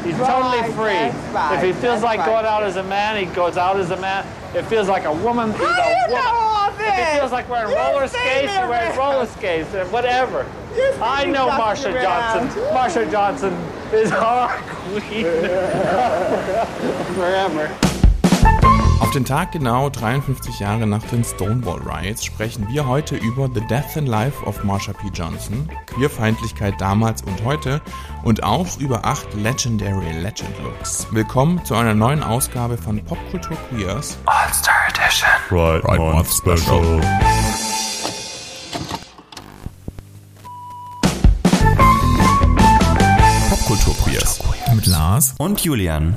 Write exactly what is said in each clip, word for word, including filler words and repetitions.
He's totally free. If he feels like going out as a man, he goes out as a man. If it feels like a woman, he's a woman. If he feels like wearing roller skates, he wears roller skates, and whatever. I know Marsha Johnson. Marsha Johnson is our queen forever. Auf den Tag genau dreiundfünfzig Jahre nach den Stonewall Riots sprechen wir heute über The Death and Life of Marsha P. Johnson, Queerfeindlichkeit damals und heute und auch über acht Legendary Legend Looks. Willkommen zu einer neuen Ausgabe von Popkultur Queers All-Star Edition Pride, Pride Month, Month Special. Popkultur Queers mit Lars und Julian.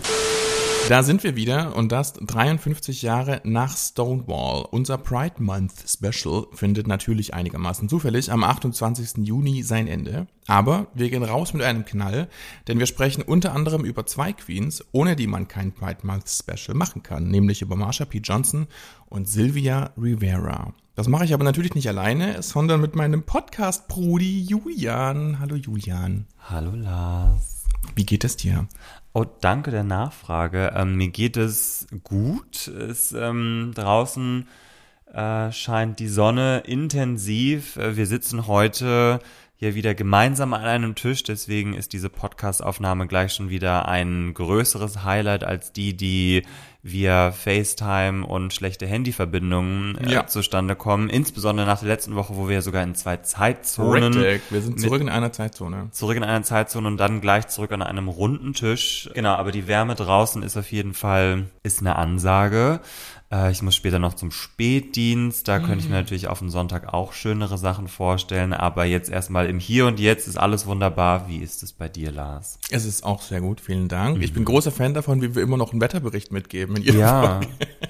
Da sind wir wieder und das dreiundfünfzig Jahre nach Stonewall. Unser Pride Month Special findet natürlich einigermaßen zufällig am achtundzwanzigsten Juni sein Ende. Aber wir gehen raus mit einem Knall, denn wir sprechen unter anderem über zwei Queens, ohne die man kein Pride Month Special machen kann, nämlich über Marsha P. Johnson und Sylvia Rivera. Das mache ich aber natürlich nicht alleine, sondern mit meinem Podcast-Brudi Julian. Hallo Julian. Hallo Lars. Wie geht es dir? Oh, danke der Nachfrage. Ähm, mir geht es gut. Es ähm, draußen äh, scheint die Sonne intensiv. Wir sitzen heute hier wieder gemeinsam an einem Tisch. Deswegen ist diese Podcast-Aufnahme gleich schon wieder ein größeres Highlight als die, die via FaceTime und schlechte Handyverbindungen äh, ja. zustande kommen. Insbesondere nach der letzten Woche, wo wir sogar in zwei Zeitzonen... Richtig, wir sind zurück in einer Zeitzone. Zurück in einer Zeitzone und dann gleich zurück an einem runden Tisch. Genau, aber die Wärme draußen ist auf jeden Fall ist eine Ansage. Äh, ich muss später noch zum Spätdienst. Da mhm. könnte ich mir natürlich auf den Sonntag auch schönere Sachen vorstellen. Aber jetzt erstmal im Hier und Jetzt ist alles wunderbar. Wie ist es bei dir, Lars? Es ist auch sehr gut, vielen Dank. Mhm. Ich bin großer Fan davon, wie wir immer noch einen Wetterbericht mitgeben. Ja.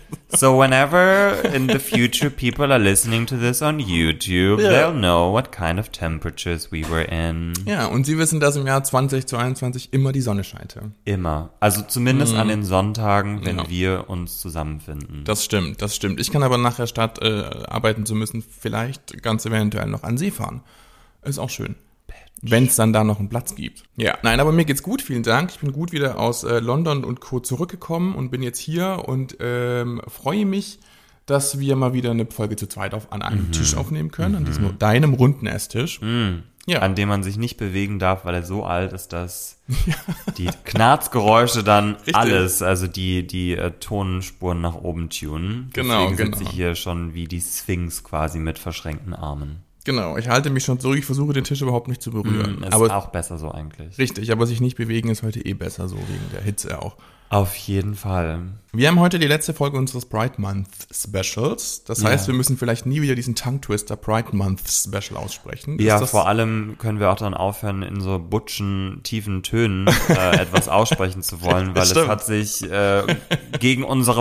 So whenever in the future people are listening to this on YouTube, yeah. they'll know what kind of temperatures we were in. Ja, und sie wissen, dass im Jahr zweitausendzweiundzwanzig immer die Sonne scheinte. Immer. Also zumindest mm. an den Sonntagen, wenn ja. wir uns zusammenfinden. Das stimmt, das stimmt. Ich kann aber nachher, statt äh, arbeiten zu müssen, vielleicht ganz eventuell noch an See fahren. Ist auch schön. Wenn es dann da noch einen Platz gibt. Ja, nein, aber mir geht's gut, vielen Dank. Ich bin gut wieder aus äh, London und Co. zurückgekommen und bin jetzt hier und ähm, freue mich, dass wir mal wieder eine Folge zu zweit auf, an einem mhm. Tisch aufnehmen können, mhm. an diesem deinem runden Esstisch. Mhm. Ja. An dem man sich nicht bewegen darf, weil er so alt ist, dass ja. die Knarzgeräusche dann Richtig. alles, also die die äh, Tonspuren nach oben tunen. Genau, Deswegen genau. sitze ich hier schon wie die Sphinx quasi mit verschränkten Armen. Genau, ich halte mich schon zurück, ich versuche den Tisch überhaupt nicht zu berühren. Mm, ist aber auch besser so eigentlich. Richtig, aber sich nicht bewegen ist heute eh besser so, wegen der Hitze auch. Auf jeden Fall. Wir haben heute die letzte Folge unseres Pride Month Specials. Das heißt, ja. wir müssen vielleicht nie wieder diesen Tongue Twister Pride Month Special aussprechen. Ja, vor allem können wir auch dann aufhören, in so butschen, tiefen Tönen äh, etwas aussprechen zu wollen, weil es hat sich äh, gegen unsere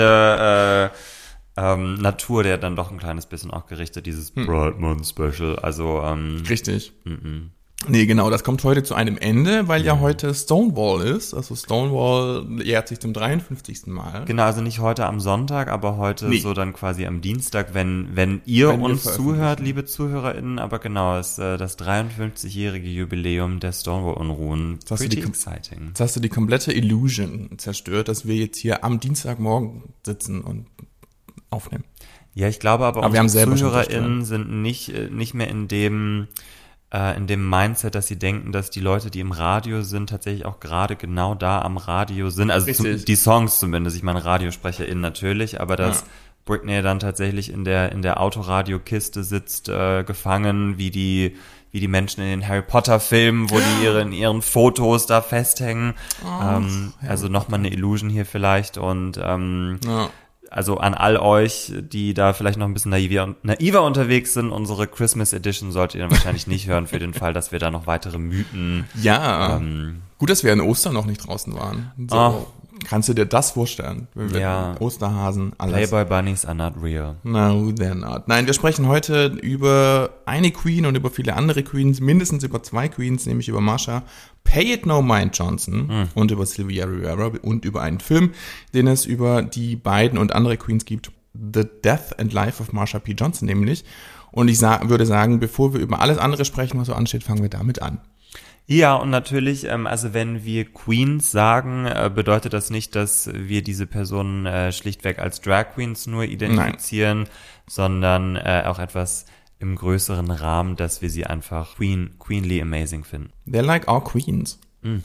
beide äh, Ähm, Natur, der dann doch ein kleines bisschen auch gerichtet, dieses hm. Pride Month Special, also ähm, Richtig. M-m. Nee, genau, das kommt heute zu einem Ende, weil ja heute Stonewall ist, also Stonewall jährt sich zum dreiundfünfzigsten Mal. Genau, also nicht heute am Sonntag, aber heute nee. so dann quasi am Dienstag, wenn wenn ihr wenn uns zuhört, liebe ZuhörerInnen, aber genau, es ist äh, das dreiundfünfzigjährige Jubiläum der Stonewall-Unruhen. Jetzt hast, die, exciting. Jetzt hast du die komplette Illusion zerstört, dass wir jetzt hier am Dienstagmorgen sitzen und aufnehmen. Ja, ich glaube aber, aber unsere ZuhörerInnen sind nicht, nicht mehr in dem, äh, in dem Mindset, dass sie denken, dass die Leute, die im Radio sind, tatsächlich auch gerade genau da am Radio sind. Also zum, die Songs zumindest, ich meine RadiosprecherInnen natürlich, aber dass ja. Britney dann tatsächlich in der, in der Autoradiokiste sitzt, äh, gefangen, wie die, wie die Menschen in den Harry Potter Filmen, wo die ihre, in ihren Fotos da festhängen. Oh, ähm, also nochmal eine Illusion hier vielleicht und, ähm, ja. Also an all euch, die da vielleicht noch ein bisschen naiver, naiver unterwegs sind, unsere Christmas Edition solltet ihr dann wahrscheinlich nicht hören, für den Fall, dass wir da noch weitere Mythen... Ja, ähm, gut, dass wir an Ostern noch nicht draußen waren. So, oh. Kannst du dir das vorstellen? Wenn wir ja. Osterhasen, alles. Playboy Bunnies are not real. No, they're not. Nein, wir sprechen heute über eine Queen und über viele andere Queens, mindestens über zwei Queens, nämlich über Marsha Pay It No Mind Johnson mhm. und über Sylvia Rivera und über einen Film, den es über die beiden und andere Queens gibt. The Death and Life of Marsha P. Johnson nämlich. Und ich sa- würde sagen, bevor wir über alles andere sprechen, was so ansteht, fangen wir damit an. Ja, und natürlich, ähm, also wenn wir Queens sagen, äh, bedeutet das nicht, dass wir diese Personen äh, schlichtweg als Drag Queens nur identifizieren, Nein. sondern äh, auch etwas im größeren Rahmen, dass wir sie einfach queen, queenly amazing finden. They're like our queens. Mm.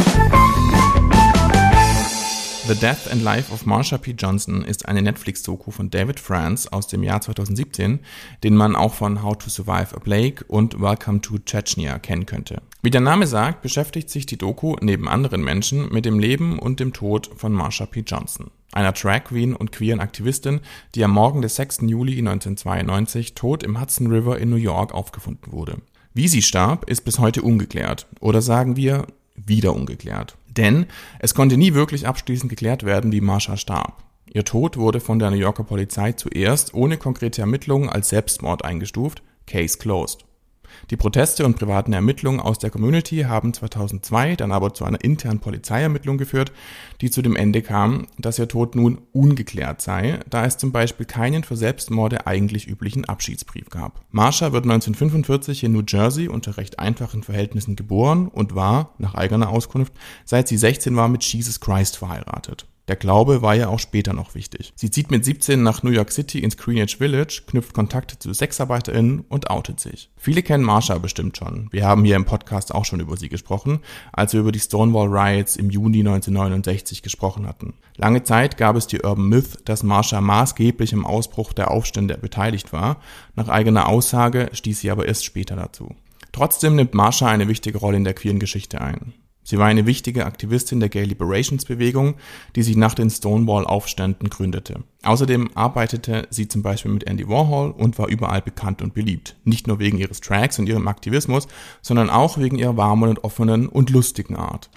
The Death and Life of Marsha P. Johnson ist eine Netflix-Doku von David France aus dem Jahr zweitausendsiebzehn, den man auch von How to Survive a Plague und Welcome to Chechnya kennen könnte. Wie der Name sagt, beschäftigt sich die Doku neben anderen Menschen mit dem Leben und dem Tod von Marsha P. Johnson, einer Drag Queen und queeren Aktivistin, die am Morgen des sechsten Juli neunzehnhundertzweiundneunzig tot im Hudson River in New York aufgefunden wurde. Wie sie starb, ist bis heute ungeklärt, oder sagen wir, wieder ungeklärt. Denn es konnte nie wirklich abschließend geklärt werden, wie Marsha starb. Ihr Tod wurde von der New Yorker Polizei zuerst ohne konkrete Ermittlungen als Selbstmord eingestuft, Case closed. Die Proteste und privaten Ermittlungen aus der Community haben zweitausendzwei dann aber zu einer internen Polizeiermittlung geführt, die zu dem Ende kam, dass ihr Tod nun ungeklärt sei, da es zum Beispiel keinen für Selbstmorde eigentlich üblichen Abschiedsbrief gab. Marsha wird neunzehnhundertfünfundvierzig in New Jersey unter recht einfachen Verhältnissen geboren und war, nach eigener Auskunft, seit sie sechzehn war mit Jesus Christ verheiratet. Der Glaube war ja auch später noch wichtig. Sie zieht mit siebzehn nach New York City ins Greenwich Village, knüpft Kontakte zu SexarbeiterInnen und outet sich. Viele kennen Marsha bestimmt schon. Wir haben hier im Podcast auch schon über sie gesprochen, als wir über die Stonewall Riots im Juni neunzehnhundertneunundsechzig gesprochen hatten. Lange Zeit gab es die Urban Myth, dass Marsha maßgeblich im Ausbruch der Aufstände beteiligt war. Nach eigener Aussage stieß sie aber erst später dazu. Trotzdem nimmt Marsha eine wichtige Rolle in der queeren Geschichte ein. Sie war eine wichtige Aktivistin der Gay Liberations Bewegung, die sich nach den Stonewall-Aufständen gründete. Außerdem arbeitete sie zum Beispiel mit Andy Warhol und war überall bekannt und beliebt. Nicht nur wegen ihres Tracks und ihrem Aktivismus, sondern auch wegen ihrer warmen und offenen und lustigen Art.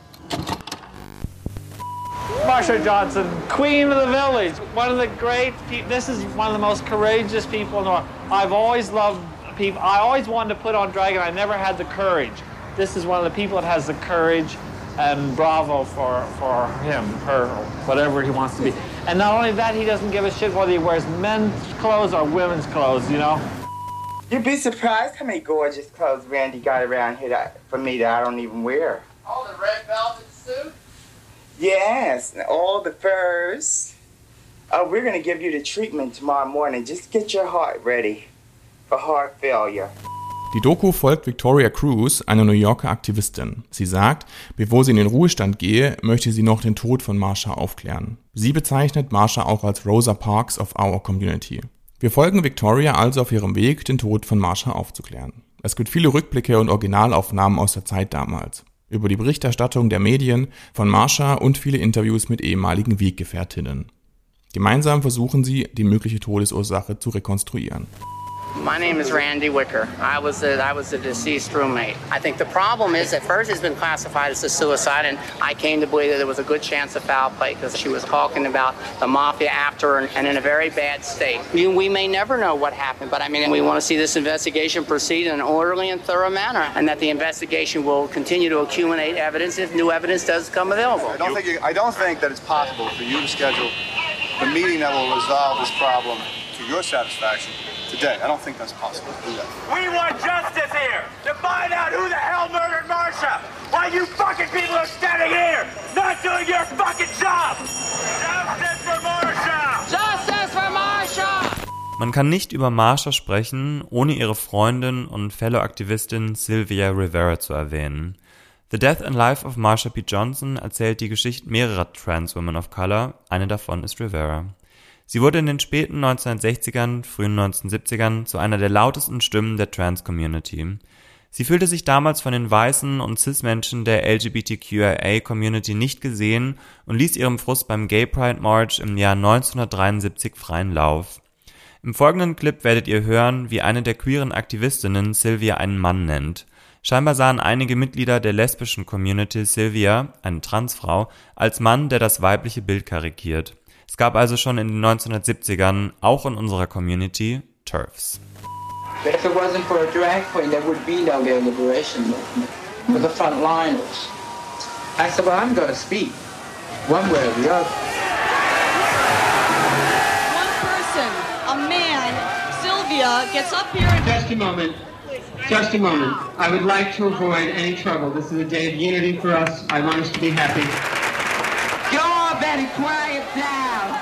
Marsha Johnson, Queen of the Village, one of the great people. This is one of the most courageous people in the world. I've always loved people. I always wanted to put on drag and I never had the courage. This is one of the people that has the courage, and bravo for, for him, her, whatever he wants to be. And not only that, he doesn't give a shit whether he wears men's clothes or women's clothes, you know? You'd be surprised how many gorgeous clothes Randy got around here that, for me that I don't even wear. Oh, the red velvet suit? Yes, and all the furs. Oh, we're going to give you the treatment tomorrow morning. Just get your heart ready for heart failure. Die Doku folgt Victoria Cruz, einer New Yorker Aktivistin. Sie sagt, bevor sie in den Ruhestand gehe, möchte sie noch den Tod von Marsha aufklären. Sie bezeichnet Marsha auch als Rosa Parks of our community. Wir folgen Victoria also auf ihrem Weg, den Tod von Marsha aufzuklären. Es gibt viele Rückblicke und Originalaufnahmen aus der Zeit damals. Über die Berichterstattung der Medien von Marsha und viele Interviews mit ehemaligen Weggefährtinnen. Gemeinsam versuchen sie, die mögliche Todesursache zu rekonstruieren. My name is Randy Wicker. I was the, I was the deceased roommate. I think the problem is at first it's been classified as a suicide, and I came to believe that there was a good chance of foul play because she was talking about the mafia after and, and in a very bad state. We, we may never know what happened, but I mean, we want to see this investigation proceed in an orderly and thorough manner, and that the investigation will continue to accumulate evidence if new evidence does come available. I don't think you, I don't think that it's possible for you to schedule the meeting that will resolve this problem to your satisfaction today. I don't think that's possible to do that. We want justice here to find out who the hell murdered Marsha. Why you fucking people are standing here not doing your fucking job. Justice for Marsha. Justice for Marsha. Man kann nicht über Marsha sprechen, ohne ihre Freundin und Fellow-Aktivistin Sylvia Rivera zu erwähnen. The Death and Life of Marsha P. Johnson erzählt die Geschichte mehrerer Trans Women of Color, eine davon ist Rivera. Sie wurde in den späten neunzehnhundertsechzigern, frühen neunzehnhundertsiebzigern zu einer der lautesten Stimmen der Trans-Community. Sie fühlte sich damals von den weißen und Cis-Menschen der L G B T Q I A-Community nicht gesehen und ließ ihrem Frust beim Gay Pride March im Jahr neunzehnhundertdreiundsiebzig freien Lauf. Im folgenden Clip werdet ihr hören, wie eine der queeren Aktivistinnen Sylvia einen Mann nennt. Scheinbar sahen einige Mitglieder der lesbischen Community Sylvia, eine Transfrau, als Mann, der das weibliche Bild karikiert. Es gab also schon in den neunzehnhundertsiebzigern, auch in unserer Community, TERFs. If it wasn't for a drag queen, there would be no gay liberation movement. For the frontliners. I said, well, I'm going to speak, one way or the other. One person, a man, Sylvia, gets up here and... Just a moment. Just a moment. I would like to avoid any trouble. This is a day of unity for us. I want us to be happy. Y'all better quiet down.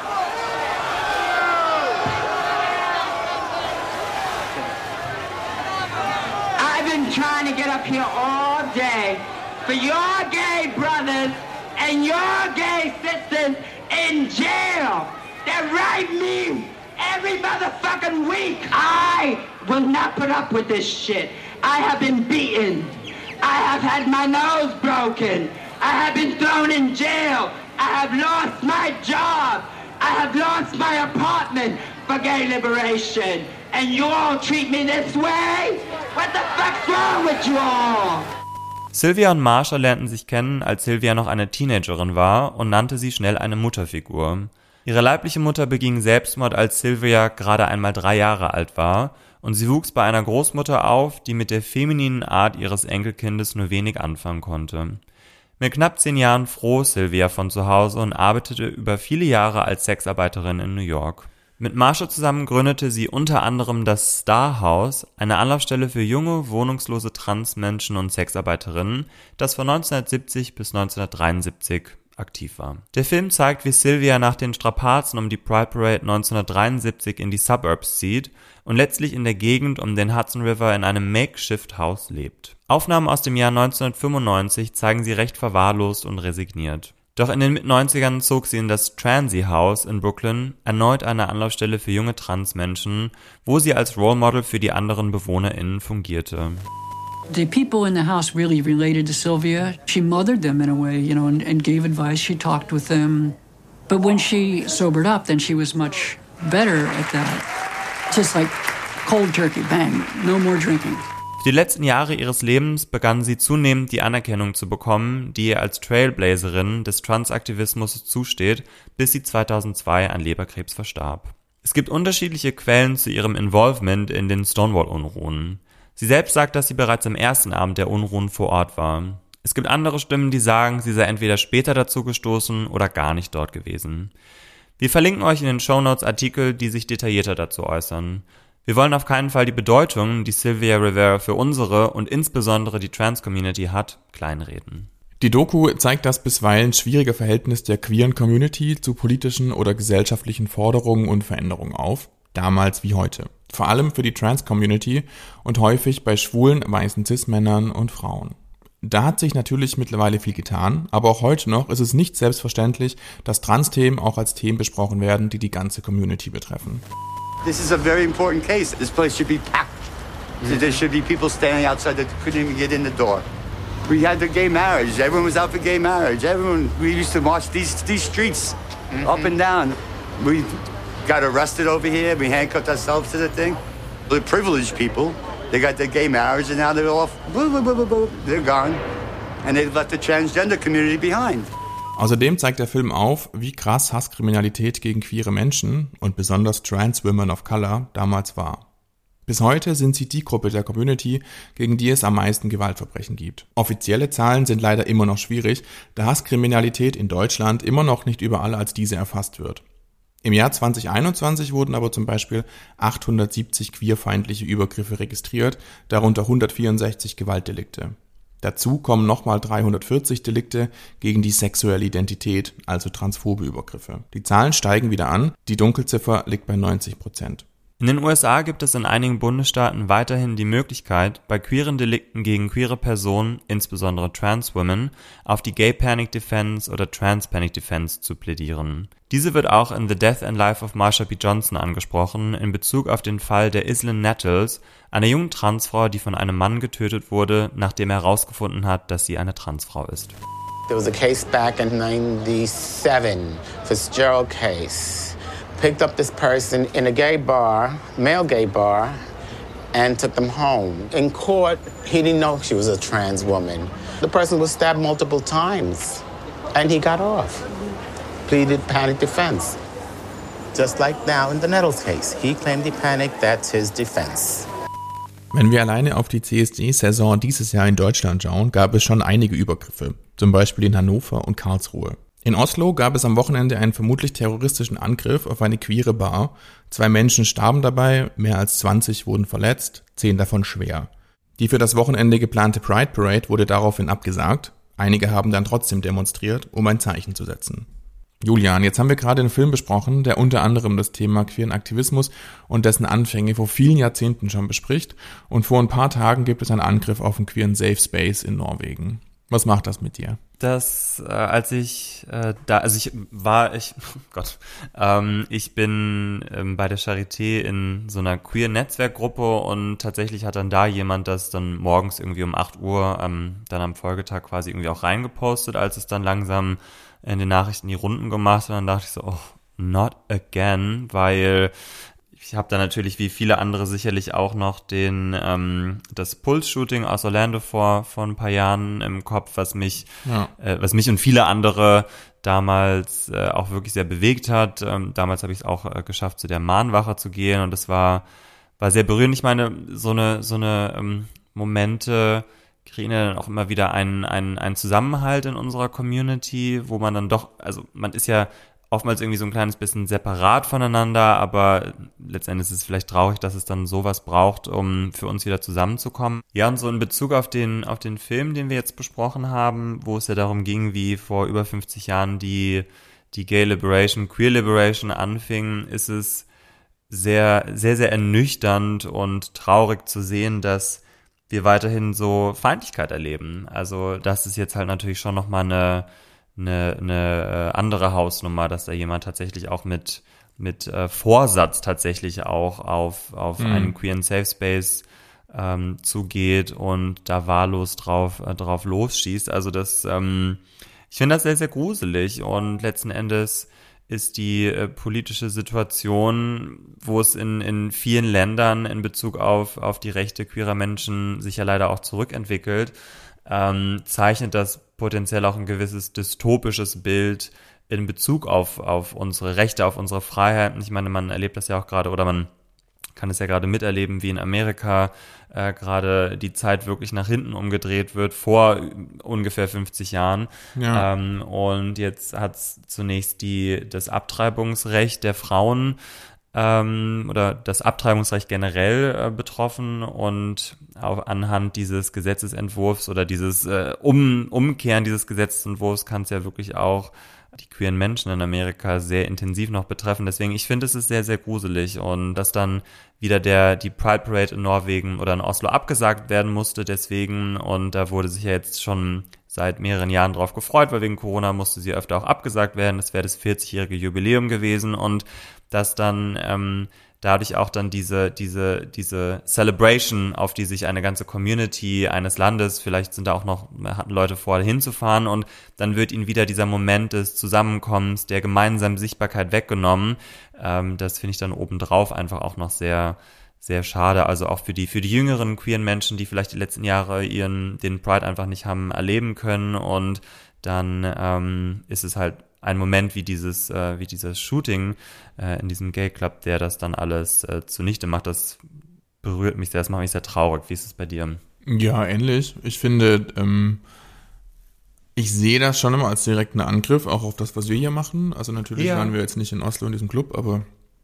I've been trying to get up here all day for your gay brothers and your gay sisters in jail. They're right mean every motherfucking week. I will not put up with this shit. I have been beaten. I have had my nose broken. I have been thrown in jail. I have lost my job. I have lost my apartment for gay liberation. And you all treat me this way? What the fuck's wrong with you all? Sylvia und Marsha lernten sich kennen, als Sylvia noch eine Teenagerin war und nannte sie schnell eine Mutterfigur. Ihre leibliche Mutter beging Selbstmord, als Sylvia gerade einmal drei Jahre alt war, und sie wuchs bei einer Großmutter auf, die mit der femininen Art ihres Enkelkindes nur wenig anfangen konnte. Mit knapp zehn Jahren floh Sylvia von zu Hause und arbeitete über viele Jahre als Sexarbeiterin in New York. Mit Marsha zusammen gründete sie unter anderem das Star House, eine Anlaufstelle für junge, wohnungslose Transmenschen und Sexarbeiterinnen, das von neunzehnhundertsiebzig bis neunzehnhundertdreiundsiebzig aktiv war. Der Film zeigt, wie Sylvia nach den Strapazen um die Pride Parade neunzehnhundertdreiundsiebzig in die Suburbs zieht und letztlich in der Gegend um den Hudson River in einem Makeshift-Haus lebt. Aufnahmen aus dem Jahr neunzehnhundertfünfundneunzig zeigen sie recht verwahrlost und resigniert. Doch in den Mit-neunzigern zog sie in das Transy House in Brooklyn, erneut eine Anlaufstelle für junge Transmenschen, wo sie als Role Model für die anderen BewohnerInnen fungierte. The people in the house really related to Sylvia. She mothered them in a way, you know, and, and gave advice. She talked with them. But when she sobered up, then she was much better at that. Just like cold turkey, bang, no more drinking. Für die letzten Jahre ihres Lebens begann sie zunehmend die Anerkennung zu bekommen, die ihr als Trailblazerin des Transaktivismus zusteht, bis sie zweitausendzwei an Leberkrebs verstarb. Es gibt unterschiedliche Quellen zu ihrem Involvement in den Stonewall-Unruhen. Sie selbst sagt, dass sie bereits am ersten Abend der Unruhen vor Ort war. Es gibt andere Stimmen, die sagen, sie sei entweder später dazu gestoßen oder gar nicht dort gewesen. Wir verlinken euch in den Shownotes Artikel, die sich detaillierter dazu äußern. Wir wollen auf keinen Fall die Bedeutung, die Sylvia Rivera für unsere und insbesondere die Trans-Community hat, kleinreden. Die Doku zeigt das bisweilen schwierige Verhältnis der queeren Community zu politischen oder gesellschaftlichen Forderungen und Veränderungen auf, damals wie heute. Vor allem für die Trans-Community und häufig bei schwulen, weißen Cis-Männern und Frauen. Da hat sich natürlich mittlerweile viel getan, aber auch heute noch ist es nicht selbstverständlich, dass Trans-Themen auch als Themen besprochen werden, die die ganze Community betreffen. This is a very important case. This place should be packed. So there should be people standing outside that couldn't even get in the door. We had the gay marriage. Everyone was out for gay marriage. Everyone, we used to march these these streets mm-hmm. up and down. We got arrested over here. We handcuffed ourselves to the thing. The privileged people, they got their gay marriage and now they're off. They're gone. And they've left the transgender community behind. Außerdem zeigt der Film auf, wie krass Hasskriminalität gegen queere Menschen und besonders Trans Women of Color damals war. Bis heute sind sie die Gruppe der Community, gegen die es am meisten Gewaltverbrechen gibt. Offizielle Zahlen sind leider immer noch schwierig, da Hasskriminalität in Deutschland immer noch nicht überall als diese erfasst wird. Im Jahr zwanzig einundzwanzig wurden aber zum Beispiel achthundertsiebzig queerfeindliche Übergriffe registriert, darunter hundertvierundsechzig Gewaltdelikte. Dazu kommen nochmal dreihundertvierzig Delikte gegen die sexuelle Identität, also transphobe Übergriffe. Die Zahlen steigen wieder an, die Dunkelziffer liegt bei neunzig Prozent. In den U S A gibt es in einigen Bundesstaaten weiterhin die Möglichkeit, bei queeren Delikten gegen queere Personen, insbesondere Trans Women, auf die Gay Panic Defense oder Trans Panic Defense zu plädieren. Diese wird auch in The Death and Life of Marsha P. Johnson angesprochen, in Bezug auf den Fall der Islyn Nettles, einer jungen Transfrau, die von einem Mann getötet wurde, nachdem er herausgefunden hat, dass sie eine Transfrau ist. There was a case back in ninety-seven, Fitzgerald case. Picked up this person in a gay bar, male gay bar, and took them home. In court, he didn't know she was a trans woman. The person was stabbed multiple times, and he got off. Pleaded panic defense. Just like now in the Nettles case. He claimed he panicked, that's his defense. Wenn wir alleine auf die C S D-Saison dieses Jahr in Deutschland schauen, gab es schon einige Übergriffe, zum Beispiel in Hannover und Karlsruhe. In Oslo gab es am Wochenende einen vermutlich terroristischen Angriff auf eine queere Bar. Zwei Menschen starben dabei, mehr als zwanzig wurden verletzt, zehn davon schwer. Die für das Wochenende geplante Pride Parade wurde daraufhin abgesagt. Einige haben dann trotzdem demonstriert, um ein Zeichen zu setzen. Julian, jetzt haben wir gerade einen Film besprochen, der unter anderem das Thema queeren Aktivismus und dessen Anfänge vor vielen Jahrzehnten schon bespricht. Und vor ein paar Tagen gibt es einen Angriff auf einen queeren Safe Space in Norwegen. Was macht das mit dir? Das, äh, als ich äh, da, also ich war, ich, oh Gott, ähm, ich bin ähm, bei der Charité in so einer queer Netzwerkgruppe und tatsächlich hat dann da jemand das dann morgens irgendwie um acht Uhr ähm, dann am Folgetag quasi irgendwie auch reingepostet, als es dann langsam in den Nachrichten die Runden gemacht und dann dachte ich so, oh, not again, weil ich habe da natürlich wie viele andere sicherlich auch noch den ähm, das Pulse-Shooting aus Orlando vor vor ein paar Jahren im Kopf, was mich ja. äh, was mich und viele andere damals äh, auch wirklich sehr bewegt hat. Ähm, damals habe ich es auch äh, geschafft, zu der Mahnwache zu gehen und das war war sehr berührend. Ich meine, so eine so eine ähm, Momente kriegen ja dann auch immer wieder einen einen einen Zusammenhalt in unserer Community, wo man dann doch, also man ist ja oftmals irgendwie so ein kleines bisschen separat voneinander, aber letztendlich ist es vielleicht traurig, dass es dann sowas braucht, um für uns wieder zusammenzukommen. Ja, und so in Bezug auf den auf den Film, den wir jetzt besprochen haben, wo es ja darum ging, wie vor über fünfzig Jahren die die Gay Liberation, Queer Liberation anfing, ist es sehr, sehr, sehr ernüchternd und traurig zu sehen, dass wir weiterhin so Feindlichkeit erleben. Also das ist jetzt halt natürlich schon nochmal eine eine, eine andere Hausnummer, dass da jemand tatsächlich auch mit mit äh, Vorsatz tatsächlich auch auf auf mhm. einen queeren Safe Space ähm, zugeht und da wahllos drauf äh, drauf losschießt. Also das, ähm, ich finde das sehr, sehr gruselig und letzten Endes ist die äh, politische Situation, wo es in in vielen Ländern in Bezug auf auf die Rechte queerer Menschen sich ja leider auch zurückentwickelt, ähm, zeichnet das potenziell auch ein gewisses dystopisches Bild in Bezug auf auf unsere Rechte, auf unsere Freiheiten. Ich meine, man erlebt das ja auch gerade, oder man kann es ja gerade miterleben, wie in Amerika äh, gerade die Zeit wirklich nach hinten umgedreht wird, vor ungefähr fünfzig Jahren. Ja. Ähm, und jetzt hat es zunächst die das Abtreibungsrecht der Frauen ähm, oder das Abtreibungsrecht generell äh, betroffen und auch anhand dieses Gesetzesentwurfs oder dieses äh, um, Umkehren dieses Gesetzesentwurfs kann es ja wirklich auch die queeren Menschen in Amerika sehr intensiv noch betreffen. Deswegen, ich finde, es ist sehr, sehr gruselig und dass dann wieder der die Pride Parade in Norwegen oder in Oslo abgesagt werden musste deswegen und da wurde sich ja jetzt schon seit mehreren Jahren drauf gefreut, weil wegen Corona musste sie öfter auch abgesagt werden. Das wäre das vierzigjährige Jubiläum gewesen und dass dann ähm, dadurch auch dann diese diese diese Celebration, auf die sich eine ganze Community eines Landes, vielleicht sind da auch noch, hatten Leute vor, hinzufahren und dann wird ihnen wieder dieser Moment des Zusammenkommens, der gemeinsamen Sichtbarkeit weggenommen. Ähm, das finde ich dann obendrauf einfach auch noch sehr sehr schade, also auch für die für die jüngeren queeren Menschen, die vielleicht die letzten Jahre ihren den Pride einfach nicht haben erleben können und dann ähm, ist es halt ein Moment wie dieses äh, wie dieses Shooting äh, in diesem Gay Club, der das dann alles äh, zunichte macht. Das berührt mich sehr, das macht mich sehr traurig. Wie ist es bei dir? Ja, ähnlich. Ich finde, ähm, ich sehe das schon immer als direkten Angriff, auch auf das, was wir hier machen. Also natürlich ja. waren wir jetzt nicht in Oslo in diesem Club, aber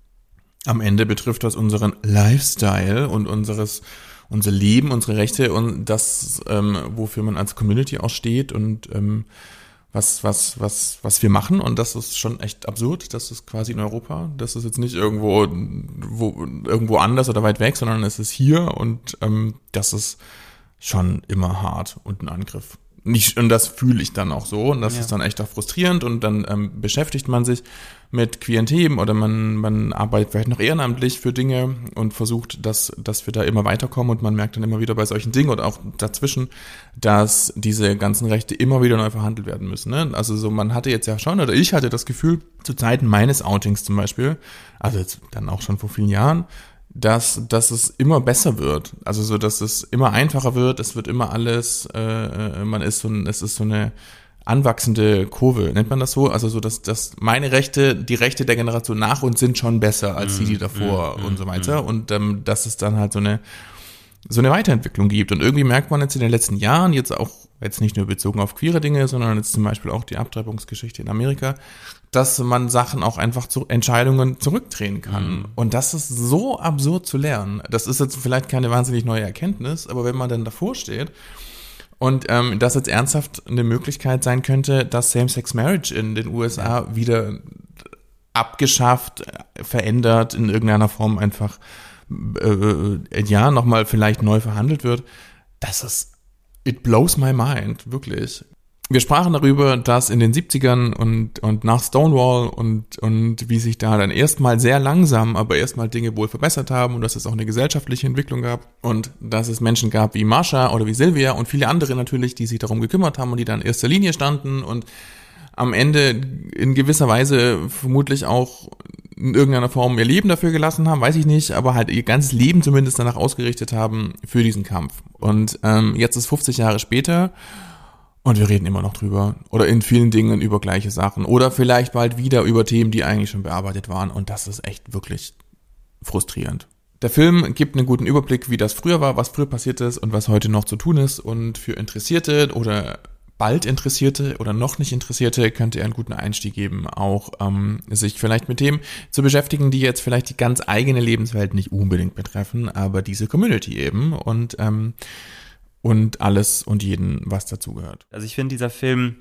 am Ende betrifft das unseren Lifestyle und unseres unser Leben, unsere Rechte und das, ähm, wofür man als Community auch steht und ähm, was was was was wir machen und das ist schon echt absurd, das ist quasi in Europa, das ist jetzt nicht irgendwo wo irgendwo anders oder weit weg, sondern es ist hier und ähm, das ist schon immer hart und ein Angriff. Nicht, und das fühle ich dann auch so und das ja. ist dann echt auch frustrierend und dann ähm, beschäftigt man sich mit queeren Themen oder man man arbeitet vielleicht noch ehrenamtlich für Dinge und versucht, dass dass wir da immer weiterkommen und man merkt dann immer wieder bei solchen Dingen oder auch dazwischen, dass diese ganzen Rechte immer wieder neu verhandelt werden müssen. Ne? Also so man hatte jetzt ja schon, oder ich hatte das Gefühl, zu Zeiten meines Outings zum Beispiel, also jetzt dann auch schon vor vielen Jahren, dass dass es immer besser wird, also so, dass es immer einfacher wird, es wird immer alles, äh, man ist so ein, es ist so eine anwachsende Kurve, nennt man das so, also so, dass dass meine Rechte, die Rechte der Generation nach uns sind schon besser als die, die davor mm, mm, und so weiter mm. und ähm, das ist dann halt so eine so eine Weiterentwicklung gibt. Und irgendwie merkt man jetzt in den letzten Jahren, jetzt auch, jetzt nicht nur bezogen auf queere Dinge, sondern jetzt zum Beispiel auch die Abtreibungsgeschichte in Amerika, dass man Sachen auch einfach zu Entscheidungen zurückdrehen kann. Mhm. Und das ist so absurd zu lernen. Das ist jetzt vielleicht keine wahnsinnig neue Erkenntnis, aber wenn man dann davor steht und ähm, das jetzt ernsthaft eine Möglichkeit sein könnte, dass Same-Sex-Marriage in den U S A ja. wieder abgeschafft, verändert, in irgendeiner Form einfach äh, ja, nochmal vielleicht neu verhandelt wird, das ist, it blows my mind, wirklich. Wir sprachen darüber, dass in den siebzigern und, und nach Stonewall und, und wie sich da dann erstmal sehr langsam, aber erstmal Dinge wohl verbessert haben und dass es auch eine gesellschaftliche Entwicklung gab und dass es Menschen gab wie Marsha oder wie Sylvia und viele andere natürlich, die sich darum gekümmert haben und die da in erster Linie standen und am Ende in gewisser Weise vermutlich auch in irgendeiner Form ihr Leben dafür gelassen haben, weiß ich nicht, aber halt ihr ganzes Leben zumindest danach ausgerichtet haben für diesen Kampf. Und ähm, jetzt ist fünfzig Jahre später und wir reden immer noch drüber oder in vielen Dingen über gleiche Sachen oder vielleicht bald wieder über Themen, die eigentlich schon bearbeitet waren und das ist echt wirklich frustrierend. Der Film gibt einen guten Überblick, wie das früher war, was früher passiert ist und was heute noch zu tun ist und für Interessierte oder bald Interessierte oder noch nicht Interessierte könnte er einen guten Einstieg geben, auch ähm, sich vielleicht mit Themen zu beschäftigen, die jetzt vielleicht die ganz eigene Lebenswelt nicht unbedingt betreffen, aber diese Community eben und ähm, und alles und jeden, was dazugehört. Also ich finde, dieser Film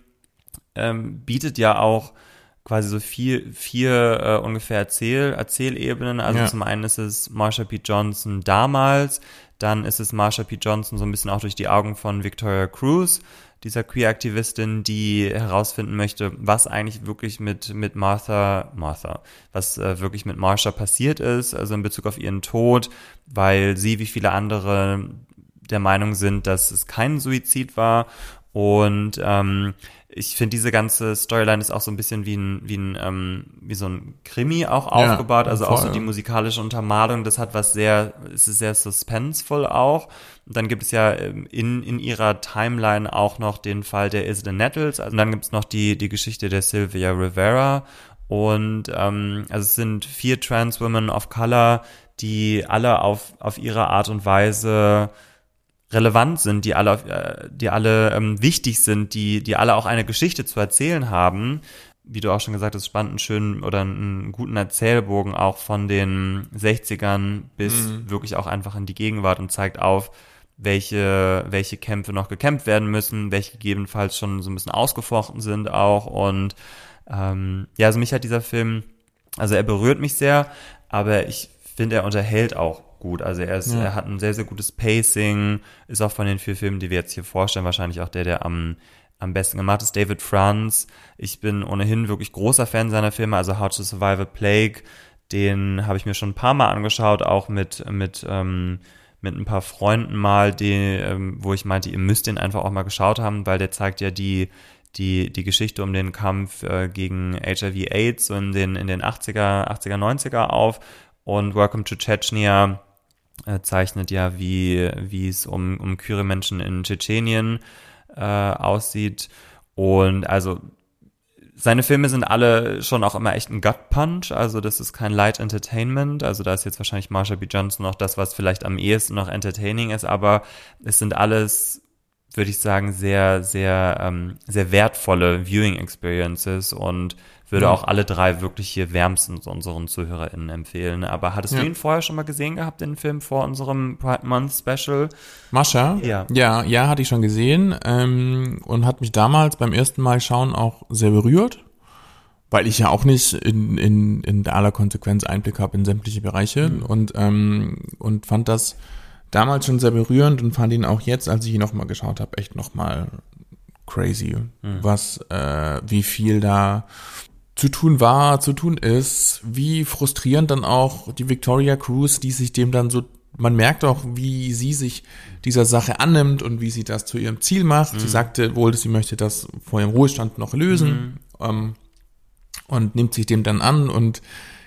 ähm, bietet ja auch quasi so vier, vier äh, ungefähr Erzähl, Erzählebenen. Also ja. Zum einen ist es Marsha P. Johnson damals, dann ist es Marsha P. Johnson so ein bisschen auch durch die Augen von Victoria Cruz, dieser Queer-Aktivistin, die herausfinden möchte, was eigentlich wirklich mit mit Martha, Martha, was äh, wirklich mit Marsha passiert ist, also in Bezug auf ihren Tod, weil sie wie viele andere der Meinung sind, dass es kein Suizid war und ähm, ich finde, diese ganze Storyline ist auch so ein bisschen wie ein, wie ein, ähm, wie so ein Krimi auch ja, aufgebaut, also voll, auch so die musikalische Untermalung, das hat was sehr, es ist sehr suspenseful auch. Und dann gibt es ja in, in ihrer Timeline auch noch den Fall der Isla Nettles, also dann gibt es noch die, die Geschichte der Sylvia Rivera und, ähm, also es sind vier Trans Women of Color, die alle auf, auf ihre Art und Weise relevant sind, die alle, die alle ähm, wichtig sind, die, die alle auch eine Geschichte zu erzählen haben. Wie du auch schon gesagt hast, spannend, einen schönen oder einen guten Erzählbogen auch von den sechzigern bis mhm. wirklich auch einfach in die Gegenwart und zeigt auf, welche, welche Kämpfe noch gekämpft werden müssen, welche gegebenenfalls schon so ein bisschen ausgefochten sind auch und ähm, ja, also mich hat dieser Film, also er berührt mich sehr, aber ich finde, er unterhält auch gut. Also er ist, ja. er hat ein sehr, sehr gutes Pacing, ist auch von den vier Filmen, die wir jetzt hier vorstellen, wahrscheinlich auch der, der am, am besten gemacht ist. David Franz. Ich bin ohnehin wirklich großer Fan seiner Filme, also How to Survive a Plague, den habe ich mir schon ein paar Mal angeschaut, auch mit, mit, ähm, mit ein paar Freunden mal, die, ähm, wo ich meinte, ihr müsst den einfach auch mal geschaut haben, weil der zeigt ja die, die, die Geschichte um den Kampf äh, gegen H I V AIDS so in den, in den achtziger, neunziger auf. Und Welcome to Chechnya äh, zeichnet ja, wie wie es um um queere Menschen in Tschetschenien äh, aussieht. Und also seine Filme sind alle schon auch immer echt ein Gut-Punch. Also das ist kein Light Entertainment. Also da ist jetzt wahrscheinlich Marsha P. Johnson noch das, was vielleicht am ehesten noch entertaining ist. Aber es sind alles, würde ich sagen, sehr, sehr, ähm, sehr wertvolle Viewing Experiences und würde ja. auch alle drei wirklich hier wärmstens unseren ZuhörerInnen empfehlen. Aber hattest ja. du ihn vorher schon mal gesehen gehabt, den Film, vor unserem Pride Month Special? Marsha? Ja. Ja, ja, hatte ich schon gesehen ähm, und hat mich damals beim ersten Mal schauen auch sehr berührt, weil ich ja auch nicht in, in, in der aller Konsequenz Einblick habe in sämtliche Bereiche mhm. und, ähm, und fand das damals schon sehr berührend und fand ihn auch jetzt, als ich ihn nochmal geschaut habe, echt nochmal crazy, mhm. was, äh, wie viel da zu tun war, zu tun ist, wie frustrierend dann auch die Victoria Cruz, die sich dem dann so, man merkt auch, wie sie sich dieser Sache annimmt und wie sie das zu ihrem Ziel macht. Mhm. Sie sagte wohl, dass sie möchte das vor ihrem Ruhestand noch lösen mhm. ähm, und nimmt sich dem dann an und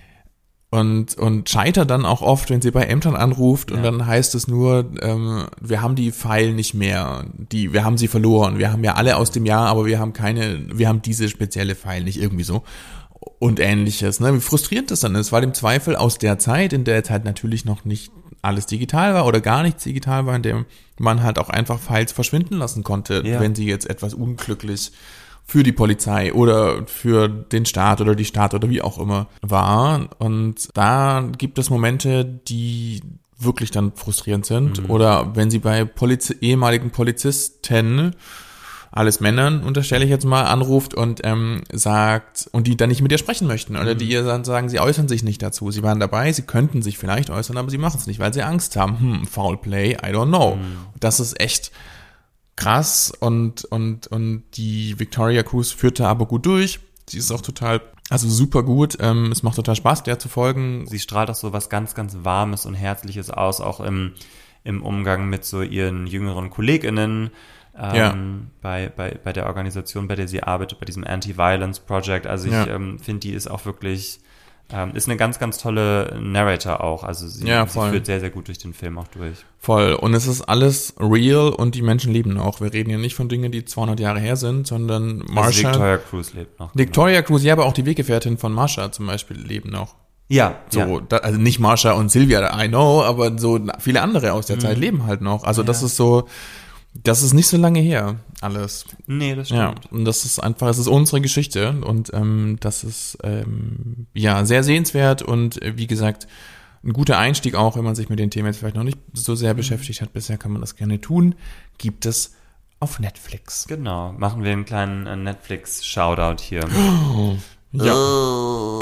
und und scheitert dann auch oft, wenn sie bei Ämtern anruft ja. und dann heißt es nur, ähm, wir haben die File nicht mehr, die wir haben sie verloren, wir haben ja alle aus dem Jahr, aber wir haben keine, wir haben diese spezielle File nicht, irgendwie so und ähnliches, ne? Wie frustrierend das dann ist, weil im Zweifel aus der Zeit, in der jetzt halt natürlich noch nicht alles digital war oder gar nichts digital war, in dem man halt auch einfach Files verschwinden lassen konnte, ja. wenn sie jetzt etwas unglücklich für die Polizei oder für den Staat oder die Staat oder wie auch immer war. Und da gibt es Momente, die wirklich dann frustrierend sind. Mhm. Oder wenn sie bei Poliz- ehemaligen Polizisten, alles Männern, unterstelle ich jetzt mal, anruft und ähm, sagt, und die dann nicht mit ihr sprechen möchten. Oder mhm. die ihr dann sagen, sie äußern sich nicht dazu. Sie waren dabei, sie könnten sich vielleicht äußern, aber sie machen es nicht, weil sie Angst haben. Hm, Foul Play, I don't know. Mhm. Das ist echt krass und, und, und die Victoria Cruz führte aber gut durch. Sie ist auch total, also super gut. Ähm, es macht total Spaß, der zu folgen. Sie strahlt auch so was ganz, ganz Warmes und Herzliches aus, auch im, im Umgang mit so ihren jüngeren KollegInnen ähm, ja. bei, bei, bei der Organisation, bei der sie arbeitet, bei diesem Anti-Violence Project. Also ich ja. ähm, finde, die ist auch wirklich, ähm, ist eine ganz, ganz tolle Narrator auch. Also sie, ja, sie führt sehr, sehr gut durch den Film auch durch. Voll. Und es ist alles real und die Menschen leben auch. Wir reden hier nicht von Dingen, die zweihundert Jahre her sind, sondern Marsha. Also Victoria Cruz lebt noch. Victoria genau. Cruz, ja, aber auch die Weggefährtin von Marsha zum Beispiel leben noch. Ja. So, ja. Da, also nicht Marsha und Sylvia, I know, aber so viele andere aus der mhm. Zeit leben halt noch. Also ja. das ist so, das ist nicht so lange her, alles. Nee, das stimmt. Ja, und das ist einfach, es ist unsere Geschichte und ähm, das ist ähm, ja sehr sehenswert und äh, wie gesagt, ein guter Einstieg auch, wenn man sich mit den Themen jetzt vielleicht noch nicht so sehr beschäftigt hat. Bisher kann man das gerne tun. Gibt es auf Netflix. Genau. Machen wir einen kleinen äh, Netflix-Shoutout hier. Oh, ja. Oh.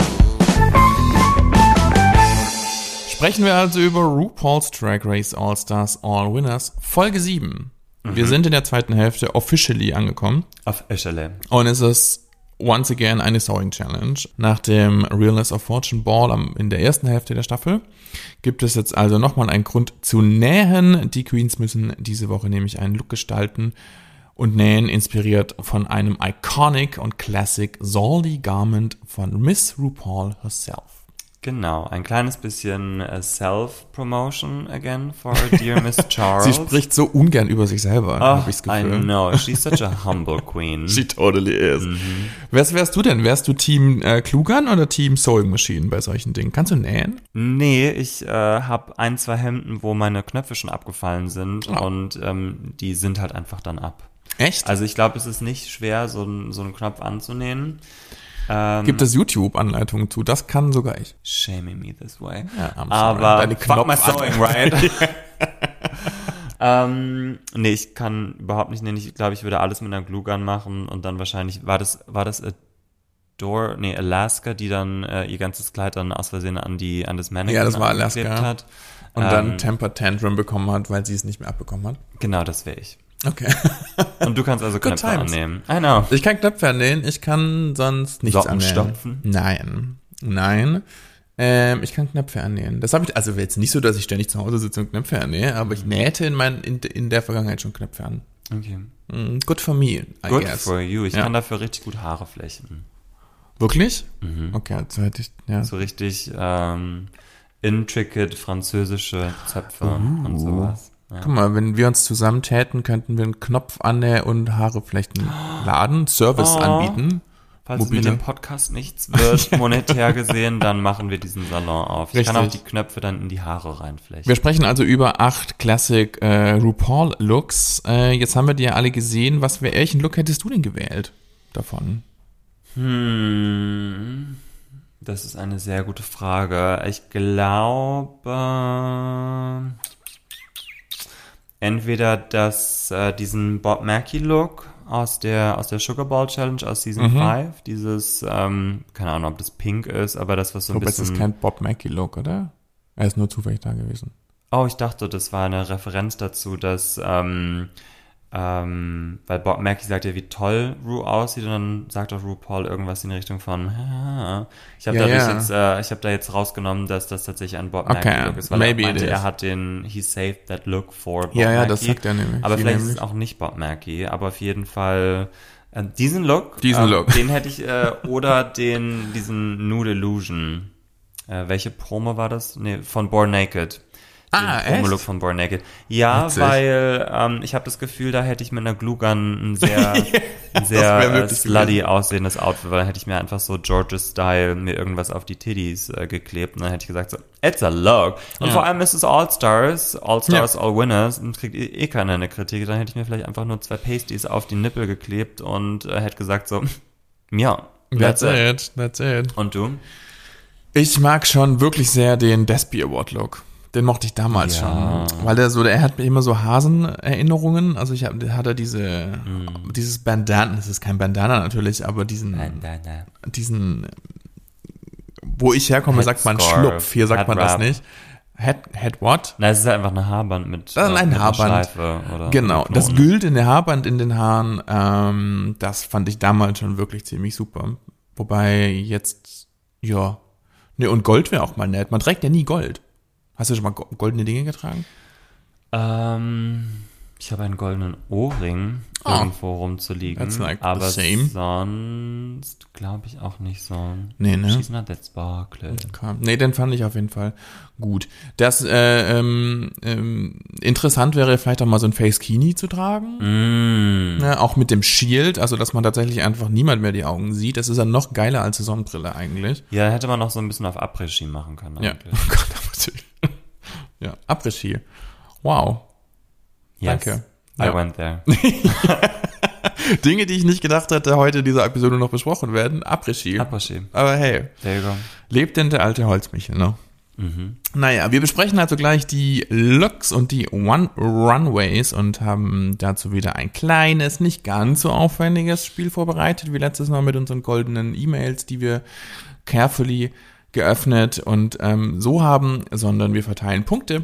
Sprechen wir also über RuPaul's Drag Race All-Stars All Winners, Folge sieben. Mhm. Wir sind in der zweiten Hälfte officially angekommen. Officially. Und es ist once again eine Sewing Challenge. Nach dem Realness of Fortune Ball am, in der ersten Hälfte der Staffel gibt es jetzt also nochmal einen Grund zu nähen. Die Queens müssen diese Woche nämlich einen Look gestalten und nähen, inspiriert von einem iconic und classic Zaldy Garment von Miss RuPaul herself. Genau, ein kleines bisschen uh, Self-Promotion again for our dear Miss Charles. Sie spricht so ungern über sich selber, oh, habe ich das Gefühl. I know, she's such a humble queen. She totally is. Mhm. Wärst, wärst du denn? Wärst du Team äh, Klugern oder Team Sewing Machine bei solchen Dingen? Kannst du nähen? Nee, ich äh, habe ein, zwei Hemden, wo meine Knöpfe schon abgefallen sind oh. und ähm, die sind halt einfach dann ab. Echt? Also ich glaube, es ist nicht schwer, so, ein, so einen Knopf anzunähen. Ähm, Gibt es YouTube-Anleitungen zu? Das kann sogar ich. Shaming me this way. Ja, I'm sorry. Aber deine fuck my sewing, right? ähm, nee, ich kann überhaupt nicht nähen. Ich glaube, ich würde alles mit einer Glue Gun machen und dann wahrscheinlich, war das, war das Adore, nee, Alaska, die dann äh, ihr ganzes Kleid dann aus Versehen an die, an das Mannequin ja, das war Alaska. hat. Und ähm, dann Temper Tantrum bekommen hat, weil sie es nicht mehr abbekommen hat. Genau, das wäre ich. Okay. Und du kannst also Knöpfe annehmen. I know. Ich kann Knöpfe annehmen, ich kann sonst nichts Socken annähen. stopfen? Nein. Nein. Ähm, ich kann Knöpfe annähen. Das habe ich, also jetzt nicht so, dass ich ständig zu Hause sitze und Knöpfe annähe, aber ich nähte in, mein, in, in der Vergangenheit schon Knöpfe an. Okay. Mm, good for me, I Good guess. for you. Ich ja. kann dafür richtig gut Haare flechten. Wirklich? Mhm. Okay, so hätte ich, ja. So richtig ähm, intricate französische Zöpfe uh. und sowas. Ja. Guck mal, wenn wir uns zusammen täten, könnten wir einen Knopf annähen und Haare flechten laden, Service oh. anbieten. Falls Mobile. es mit dem Podcast nichts wird, monetär gesehen, dann machen wir diesen Salon auf. Ich Richtig. kann auch die Knöpfe dann in die Haare reinflechten. Wir sprechen also über acht Classic äh, RuPaul-Looks. Äh, jetzt haben wir die ja alle gesehen. Was, welchen Look hättest du denn gewählt davon? Hm, das ist eine sehr gute Frage. Ich glaube... Entweder das, äh, diesen Bob Mackie-Look aus der, aus der Sugar Ball Challenge aus Season mhm. fünf, dieses, ähm, keine Ahnung, ob das pink ist, aber das, was so ein aber bisschen... Aber es ist kein Bob Mackie-Look, oder? Er ist nur zufällig da gewesen. Oh, ich dachte, das war eine Referenz dazu, dass, ähm, ähm, weil Bob Mackie sagt ja, wie toll Ru aussieht und dann sagt auch RuPaul irgendwas in die Richtung von, ah. ich habe ja, dadurch ja. jetzt, äh, ich habe da jetzt rausgenommen, dass das tatsächlich ein Bob okay. Mackie Look ist, weil Maybe er meinte, er hat den, he saved that look for Bob ja, Mackie. Ja, das sagt er nämlich. Aber vielleicht nämlich. ist es auch nicht Bob Mackie, aber auf jeden Fall äh, diesen Look, diesen äh, Look, den hätte ich, äh, oder den, diesen Nude Illusion, äh, welche Promo war das? Nee, von Born Naked. Ah, echt? Look von Born Naked. Ja, Witzig. weil ähm, ich habe das Gefühl, da hätte ich mit einer Glue Gun ein sehr, ein sehr äh, slutty aussehendes Outfit, weil dann hätte ich mir einfach so Georges-Style mir irgendwas auf die Titties äh, geklebt und dann hätte ich gesagt so, it's a look. Und ja. vor allem ist es All-Stars, All-Stars, ja. All-Winners und kriegt eh, eh keiner eine Kritik. Dann hätte ich mir vielleicht einfach nur zwei Pasties auf die Nippel geklebt und äh, hätte gesagt so, ja, that's, that's it. it, that's it. Und du? Ich mag schon wirklich sehr den Despy Award Look. Den mochte ich damals ja. schon. Weil der so, der hat immer so Hasenerinnerungen. Also ich hab, hat er diese, mm. dieses Bandana, das ist kein Bandana natürlich, aber diesen, Bandana. diesen, wo ich herkomme, Head sagt man Scarf. Schlupf. Hier sagt Head man Wrap. das nicht. Head, Head what? Nein, es ist einfach eine Haarband mit, das ist ein mit Haarband. Schleife oder genau. Knoten. Das güldene Haarband in den Haaren, ähm, das fand ich damals schon wirklich ziemlich super. Wobei jetzt, ja, ne, und Gold wäre auch mal nett. Man trägt ja nie Gold. Hast du schon mal goldene Dinge getragen? Ähm, ich habe einen goldenen Ohrring oh. irgendwo rumzuliegen. Like aber same. sonst glaube ich auch nicht so. Nee, ne? She's not that sparkly. Okay. Nee, den fand ich auf jeden Fall gut. Das äh, ähm, ähm, interessant wäre vielleicht auch mal so ein Face-Kini zu tragen. Mm. Ja, auch mit dem Shield, also dass man tatsächlich einfach niemand mehr die Augen sieht. Das ist ja noch geiler als die Sonnenbrille eigentlich. Ja, hätte man noch so ein bisschen auf Après-Ski machen können eigentlich. Ja, oh Gott, ja, Après-Ski. Wow. Yes, Danke. I ja. went there. Dinge, die ich nicht gedacht hätte, heute in dieser Episode noch besprochen werden. Après-Ski. Après-Ski. Aber hey, there you go. Lebt denn der alte Holzmichel, ne? Mhm. Naja, wir besprechen also gleich die Looks und die One Runways und haben dazu wieder ein kleines, nicht ganz so aufwendiges Spiel vorbereitet, wie letztes Mal mit unseren goldenen E-Mails, die wir carefully geöffnet und ähm, so haben, sondern wir verteilen Punkte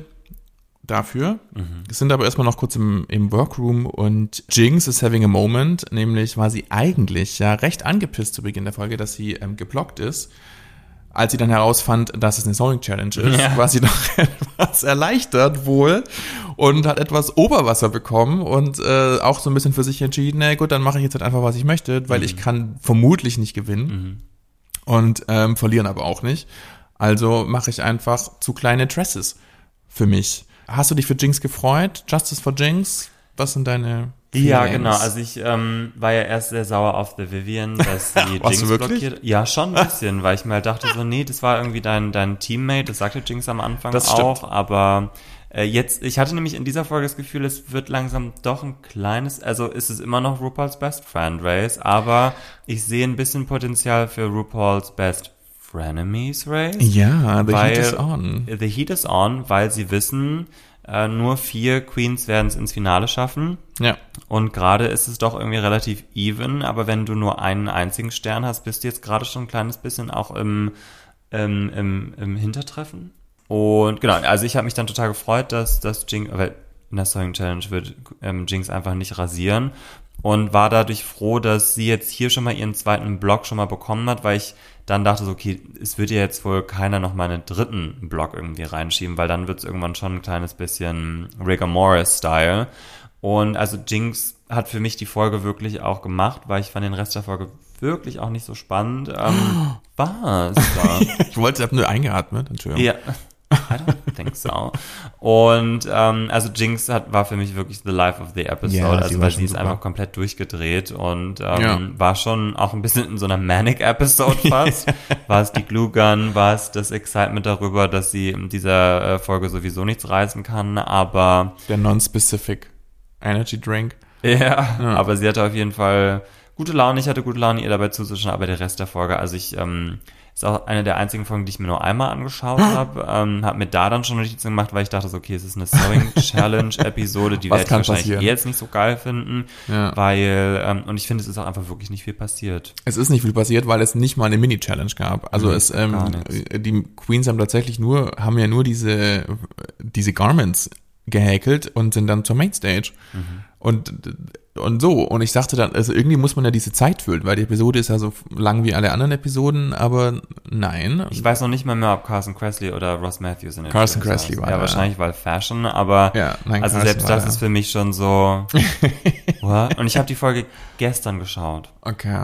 dafür. Mhm. Sind aber erstmal noch kurz im, im Workroom und Jinx is having a moment, nämlich war sie eigentlich ja recht angepisst zu Beginn der Folge, dass sie ähm, geblockt ist. Als sie dann herausfand, dass es eine Sewing Challenge ist, ja. war sie doch etwas erleichtert wohl und hat etwas Oberwasser bekommen und äh, auch so ein bisschen für sich entschieden, na gut, dann mache ich jetzt halt einfach, was ich möchte, weil mhm. ich kann vermutlich nicht gewinnen. Mhm. Und ähm, verlieren aber auch nicht. Also mache ich einfach zu kleine Dresses für mich. Hast du dich für Jinx gefreut? Justice for Jinx? Was sind deine Feelings? Ja, genau. Also ich ähm, war ja erst sehr sauer auf The Vivienne, dass sie Jinx blockiert. Ja, schon ein bisschen, weil ich mir halt dachte so, nee, das war irgendwie dein, dein Teammate, das sagte Jinx am Anfang das auch, stimmt. aber äh, jetzt, ich hatte nämlich in dieser Folge das Gefühl, es wird langsam doch ein kleines, also ist es immer noch RuPaul's Best Friend Race, aber ich sehe ein bisschen Potenzial für RuPaul's Best Frenemies Race. Ja, the weil, heat is on. The heat is on, weil sie wissen, äh, nur vier Queens werden es ins Finale schaffen. Ja. Und gerade ist es doch irgendwie relativ even, aber wenn du nur einen einzigen Stern hast, bist du jetzt gerade schon ein kleines bisschen auch im, im, im, im Hintertreffen. Und genau, also ich habe mich dann total gefreut, dass, dass Jinx, weil in der Sewing Challenge wird ähm, Jinx einfach nicht rasieren und war dadurch froh, dass sie jetzt hier schon mal ihren zweiten Block schon mal bekommen hat, weil ich dann dachte so, okay, es wird ja jetzt wohl keiner noch mal einen dritten Block irgendwie reinschieben, weil dann wird es irgendwann schon ein kleines bisschen Rigor Morris-Style. Und also Jinx hat für mich die Folge wirklich auch gemacht, weil ich fand den Rest der Folge wirklich auch nicht so spannend. Ähm, was? Ich wollte, ich habe nur eingeatmet, Entschuldigung. Ja. I don't think so. Und ähm, also Jinx hat, war für mich wirklich the life of the episode, ja, also weil sie ist super. einfach komplett durchgedreht und ähm, ja. war schon auch ein bisschen in so einer Manic-Episode fast. War es die Glue Gun, war es das Excitement darüber, dass sie in dieser äh, Folge sowieso nichts reißen kann, aber der Non-Specific Energy Drink. Ja, ja, aber sie hatte auf jeden Fall gute Laune, ich hatte gute Laune, ihr dabei zuzuschauen, aber der Rest der Folge, also ich ähm, ist auch eine der einzigen Folgen, die ich mir nur einmal angeschaut habe. Ähm, habe mir da dann schon Notizen gemacht, weil ich dachte so, okay, es ist eine Sewing Challenge Episode, die werde ich wahrscheinlich passieren? jetzt nicht so geil finden, ja. weil ähm, und ich finde, es ist auch einfach wirklich nicht viel passiert. Es ist nicht viel passiert, weil es nicht mal eine Mini-Challenge gab. Also nee, es ähm, die Queens haben tatsächlich nur haben ja nur diese diese Garments gehäkelt und sind dann zur Mainstage. Mhm. Und und so. Und ich dachte dann, also irgendwie muss man ja diese Zeit füllen, weil die Episode ist ja so lang wie alle anderen Episoden, aber nein. Ich weiß noch nicht mal mehr, ob Carson Kressley oder Ross Matthews in der Carson Kressley war ja, da. wahrscheinlich, weil Fashion, aber ja, nein, also Carson selbst das da. ist für mich schon so what? Und ich habe die Folge gestern geschaut. Okay.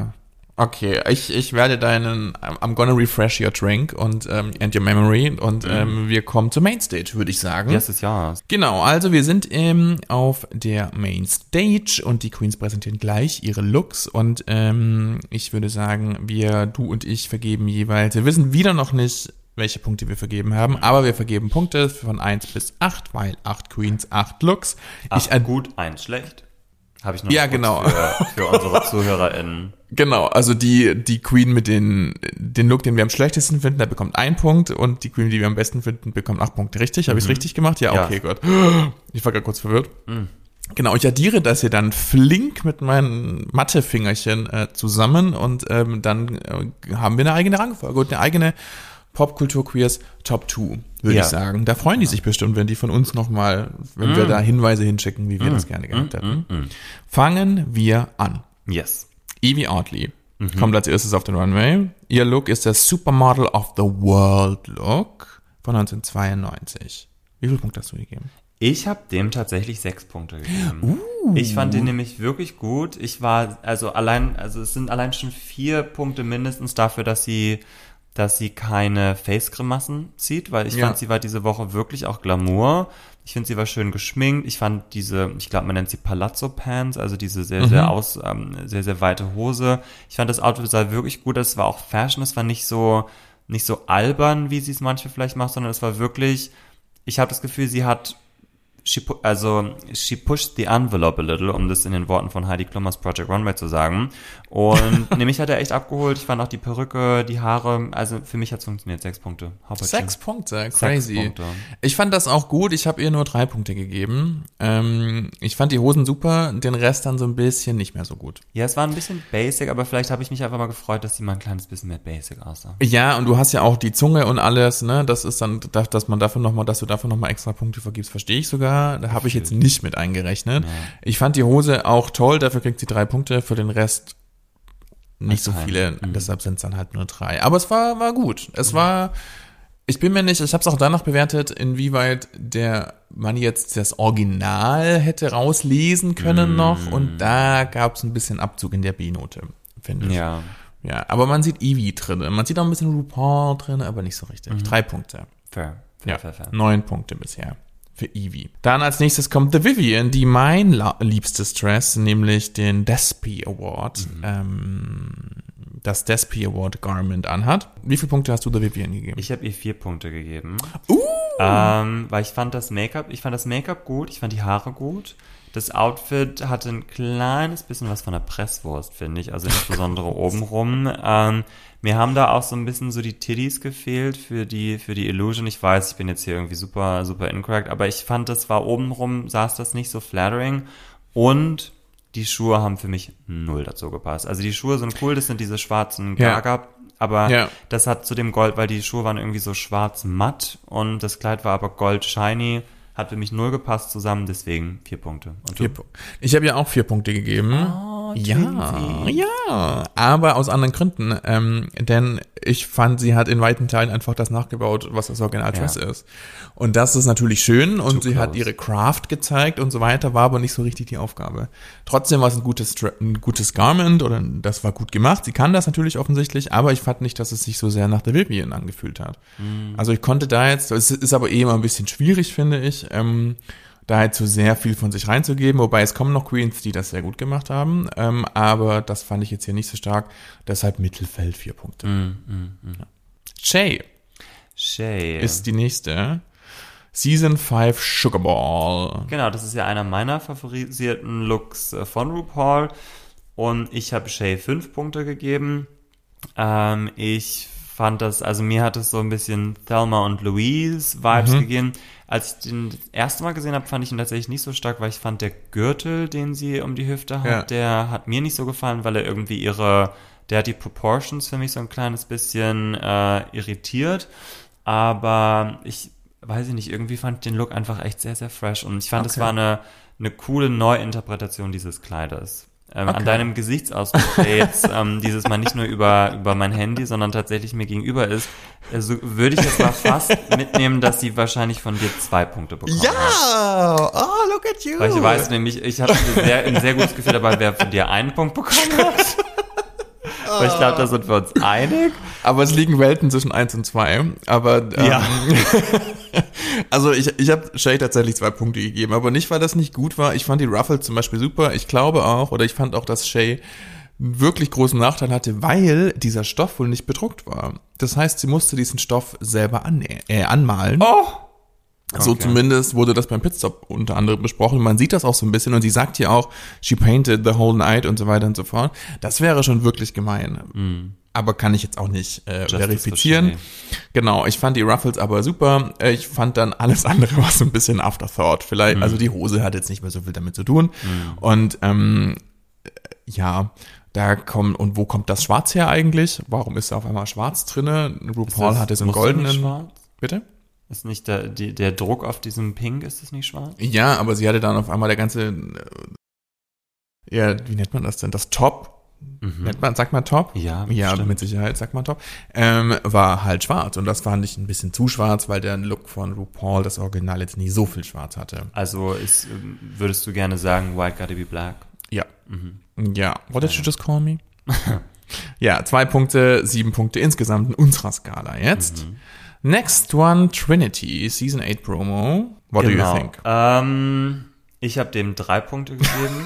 Okay, ich, ich werde deinen I'm gonna refresh your drink und ähm, and your memory und mhm. ähm, wir kommen zur Mainstage, würde ich sagen. Yes, ist ja. Genau, also wir sind ähm, auf der Mainstage und die Queens präsentieren gleich ihre Looks und ähm, ich würde sagen, wir, du und ich vergeben jeweils, wir wissen wieder noch nicht, welche Punkte wir vergeben haben, aber wir vergeben Punkte von eins bis acht, weil acht Queens, acht Looks. acht ich, gut, eins schlecht. Habe ich noch ja, genau. für, für unsere ZuhörerInnen. Genau, also die die Queen mit den den Look, den wir am schlechtesten finden, der bekommt einen Punkt und die Queen, die wir am besten finden, bekommt acht Punkte. Richtig? Habe mhm. ich es richtig gemacht? Ja, okay, ja. Gut. Ich war gerade kurz verwirrt. Mhm. Genau, ich addiere das hier dann flink mit meinen Mathe-Fingerchen äh, zusammen und ähm, dann äh, haben wir eine eigene Rangfolge und eine eigene Popkultur-Queers Top zwei, würde ja. ich sagen. Da freuen die sich bestimmt, wenn die von uns nochmal, wenn mm. wir da Hinweise hinschicken, wie wir mm. das gerne gehabt mm. hätten. Mm. Fangen wir an. Yes. Evie Oddly mhm. kommt als erstes auf den Runway. Ihr Look ist der Supermodel of the World Look von neunzehnhundertzweiundneunzig. Wie viele Punkte hast du gegeben? Ich habe dem tatsächlich sechs Punkte gegeben. Uh. Ich fand den nämlich wirklich gut. Ich war, also allein, also es sind allein schon vier Punkte mindestens dafür, dass sie dass sie keine Face-Grimassen zieht, weil ich ja. fand, sie war diese Woche wirklich auch Glamour. Ich finde, sie war schön geschminkt. Ich fand diese, ich glaube, man nennt sie Palazzo-Pants, also diese sehr, mhm. sehr aus, ähm, sehr, sehr weite Hose. Ich fand, das Outfit sah wirklich gut aus. Es war auch Fashion. Es war nicht so, nicht so albern, wie sie es manchmal vielleicht macht, sondern es war wirklich, ich habe das Gefühl, sie hat She pu- also, she pushed the envelope a little, um das in den Worten von Heidi Klummers Project Runway zu sagen. Und nämlich hat er echt abgeholt. Ich fand auch die Perücke, die Haare, also für mich hat es funktioniert. Sechs Punkte. Sechs Punkte, crazy. Sechs Punkte. Ich fand das auch gut. Ich habe ihr nur drei Punkte gegeben. Ähm, ich fand die Hosen super, den Rest dann so ein bisschen nicht mehr so gut. Ja, es war ein bisschen basic, aber vielleicht habe ich mich einfach mal gefreut, dass sie mal ein kleines bisschen mehr basic aussah. Ja, und du hast ja auch die Zunge und alles, ne? Das ist dann, dass man dafür nochmal, dass du dafür nochmal extra Punkte vergibst, verstehe ich sogar. Da habe ich jetzt nicht mit eingerechnet. Ja. Ich fand die Hose auch toll, dafür kriegt sie drei Punkte, für den Rest nicht so viele, mhm. deshalb sind es dann halt nur drei. Aber es war war gut. Es mhm. war, ich bin mir nicht, ich habe es auch danach bewertet, inwieweit der man jetzt das Original hätte rauslesen können mhm. noch und da gab es ein bisschen Abzug in der B-Note, finde ich. Ja. Ja, aber man sieht Evie drin, man sieht auch ein bisschen RuPaul drin, aber nicht so richtig. Mhm. Drei Punkte. Fair. Fair, ja, fair, fair. Neun Punkte bisher. Für Evie. Dann als nächstes kommt The Vivienne, die mein la- liebstes Dress, nämlich den Despy Award, mhm. ähm, das Despy Award Garment anhat. Wie viele Punkte hast du The Vivienne gegeben? Ich habe ihr vier Punkte gegeben. Uh! Ähm, weil ich fand das Make-up, ich fand das Make-up gut, ich fand die Haare gut. Das Outfit hatte ein kleines bisschen was von der Presswurst, finde ich, also insbesondere obenrum. Ähm, mir haben da auch so ein bisschen so die Titties gefehlt für die für die Illusion. Ich weiß, ich bin jetzt hier irgendwie super super incorrect, aber ich fand, das war obenrum, saß das nicht so flattering und die Schuhe haben für mich null dazu gepasst. Also die Schuhe sind cool, das sind diese schwarzen Gaga, ja. aber ja. das hat zu dem Gold, weil die Schuhe waren irgendwie so schwarz matt und das Kleid war aber gold shiny. Hat für mich null gepasst zusammen, deswegen vier Punkte. Und vier Pu- ich habe ja auch vier Punkte gegeben. Oh, ja, ja, aber aus anderen Gründen. Ähm, denn ich fand, sie hat in weiten Teilen einfach das nachgebaut, was das Original-Dress ja. ist. Und das ist natürlich schön und Too sie close. Hat ihre Craft gezeigt und so weiter, war aber nicht so richtig die Aufgabe. Trotzdem war es ein gutes, ein gutes Garment oder das war gut gemacht. Sie kann das natürlich offensichtlich, aber ich fand nicht, dass es sich so sehr nach der Vivienne angefühlt hat. Mm. Also ich konnte da jetzt, es ist aber eh immer ein bisschen schwierig, finde ich, ähm, da halt so sehr viel von sich reinzugeben, wobei es kommen noch Queens, die das sehr gut gemacht haben, ähm, aber das fand ich jetzt hier nicht so stark, deshalb Mittelfeld, vier Punkte. Mm, mm, mm. Ja. Shay. Shay. Ist die nächste. Season fünf Sugar Ball. Genau, das ist ja einer meiner favorisierten Looks von RuPaul und ich habe Shay fünf Punkte gegeben. Ähm, ich fand das, also mir hat es so ein bisschen Thelma und Louise Vibes mhm. gegeben. Als ich den das erste Mal gesehen habe, fand ich ihn tatsächlich nicht so stark, weil ich fand, der Gürtel, den sie um die Hüfte hat, ja. der hat mir nicht so gefallen, weil er irgendwie ihre, der hat die Proportions für mich so ein kleines bisschen äh, irritiert. Aber ich weiß ich nicht, irgendwie fand ich den Look einfach echt sehr, sehr fresh. Und ich fand, es okay. war eine, eine coole Neuinterpretation dieses Kleides. Ähm, okay. An deinem Gesichtsausdruck, der jetzt ähm, dieses Mal nicht nur über, über mein Handy, sondern tatsächlich mir gegenüber ist, also würde ich jetzt mal fast mitnehmen, dass sie wahrscheinlich von dir zwei Punkte bekommen ja! hat. Ja! Oh, look at you! Weil ich weiß nämlich, ich habe sehr, ein sehr gutes Gefühl dabei, wer von dir einen Punkt bekommen hat. Aber ich glaube, da sind wir uns einig. Aber es liegen Welten zwischen eins und zwei. Aber ähm, ja. Also ich, ich habe Shay tatsächlich zwei Punkte gegeben, aber nicht, weil das nicht gut war. Ich fand die Ruffles zum Beispiel super. Ich glaube auch, oder ich fand auch, dass Shay einen wirklich großen Nachteil hatte, weil dieser Stoff wohl nicht bedruckt war. Das heißt, sie musste diesen Stoff selber an, äh, anmalen. Oh! So okay. Zumindest wurde das beim Pitstop unter anderem besprochen. Man sieht das auch so ein bisschen und sie sagt hier auch, she painted the whole night und so weiter und so fort. Das wäre schon wirklich gemein. Mm. Aber kann ich jetzt auch nicht äh, verifizieren. Genau, ich fand die Ruffles aber super. Ich fand dann alles andere war so ein bisschen Afterthought. Vielleicht, mm. also die Hose hat jetzt nicht mehr so viel damit zu tun. Mm. Und ähm, ja, da kommt, und wo kommt das Schwarz her eigentlich? Warum ist da auf einmal Schwarz drinne? RuPaul hatte so einen goldenen. Bitte? Ist nicht der, die, der Druck auf diesem Pink, ist das nicht schwarz? Ja, aber sie hatte dann auf einmal der ganze, ja, wie nennt man das denn? Das Top, mhm. nennt man, sagt man Top? Ja, Ja, stimmt. mit Sicherheit sagt man Top, ähm, war halt schwarz und das fand ich ein bisschen zu schwarz, weil der Look von RuPaul, das Original, jetzt nie so viel schwarz hatte. Also ist, würdest du gerne sagen, white gotta be black? Ja. Mhm. Ja. What did you just call me? Ja, zwei Punkte, sieben Punkte insgesamt in unserer Skala jetzt. Mhm. Next one, Trinity, Season eight Promo. What genau. do you think? Ähm, ich habe dem drei Punkte gegeben.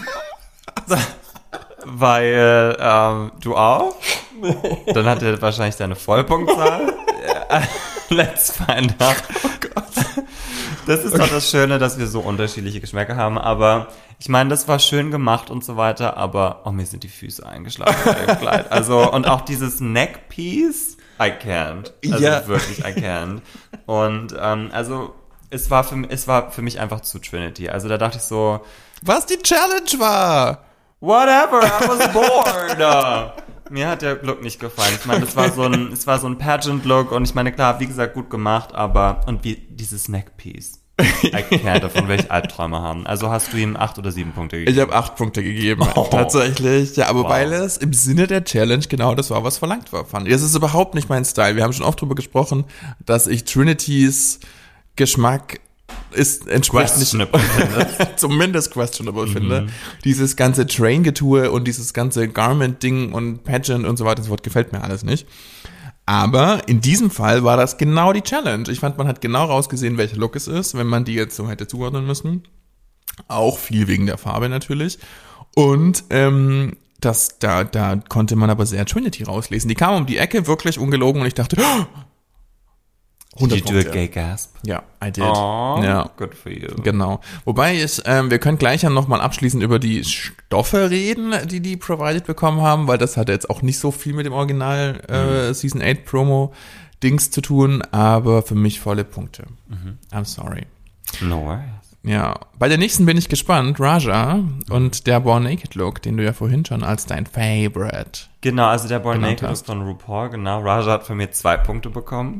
Weil, ähm, du auch? Dann hat er wahrscheinlich deine Vollpunktzahl. Let's find out. Oh Gott. Das ist okay. Doch das Schöne, dass wir so unterschiedliche Geschmäcker haben. Aber ich meine, das war schön gemacht und so weiter. Aber, oh, mir sind die Füße eingeschlagen bei dem Kleid. Also, und auch dieses Neckpiece. I can't. Also ja. Wirklich, I can't. Und ähm, also es war, für, es war für mich einfach zu Trinity. Also da dachte ich so... Was die Challenge war! Whatever, I was bored! Mir hat der Look nicht gefallen. Ich meine, das war so ein, es war so ein Pageant-Look und ich meine, klar, wie gesagt, gut gemacht, aber... Und wie dieses Neckpiece. I can't, davon will ich Albträume haben. Also hast du ihm acht oder sieben Punkte gegeben? Ich habe acht Punkte gegeben, oh. Tatsächlich. Ja, aber wow. Weil es im Sinne der Challenge genau das war, was verlangt war, fand ich. Das ist überhaupt nicht mein Style. Wir haben schon oft drüber gesprochen, dass ich Trinitys Geschmack ist entsprechend questionable finde. Zumindest questionable mhm. finde. Dieses ganze Train-Getue und dieses ganze Garment-Ding und Pageant und so weiter, das Wort gefällt mir alles nicht. Aber in diesem Fall war das genau die Challenge. Ich fand, man hat genau rausgesehen, welcher Look es ist, wenn man die jetzt so hätte zuordnen müssen. Auch viel wegen der Farbe natürlich. Und ähm, das, da, da konnte man aber sehr Trinity rauslesen. Die kam um die Ecke, wirklich ungelogen, und ich dachte, oh, hundert Punkte. Did you do a gay gasp? Ja, I did. Oh, ja. Good for you. Genau. Wobei ich, ähm, wir können gleich dann nochmal abschließend über die Stoffe reden, die die provided bekommen haben, weil das hatte jetzt auch nicht so viel mit dem Original äh, mhm. Season eight Promo Dings zu tun, aber für mich volle Punkte. Mhm. I'm sorry. No worries. Ja, bei der nächsten bin ich gespannt, Raja und der Born Naked Look, den du ja vorhin schon als dein Favorite. Genau, also der Born Naked Look von RuPaul, genau. Raja hat von mir zwei Punkte bekommen.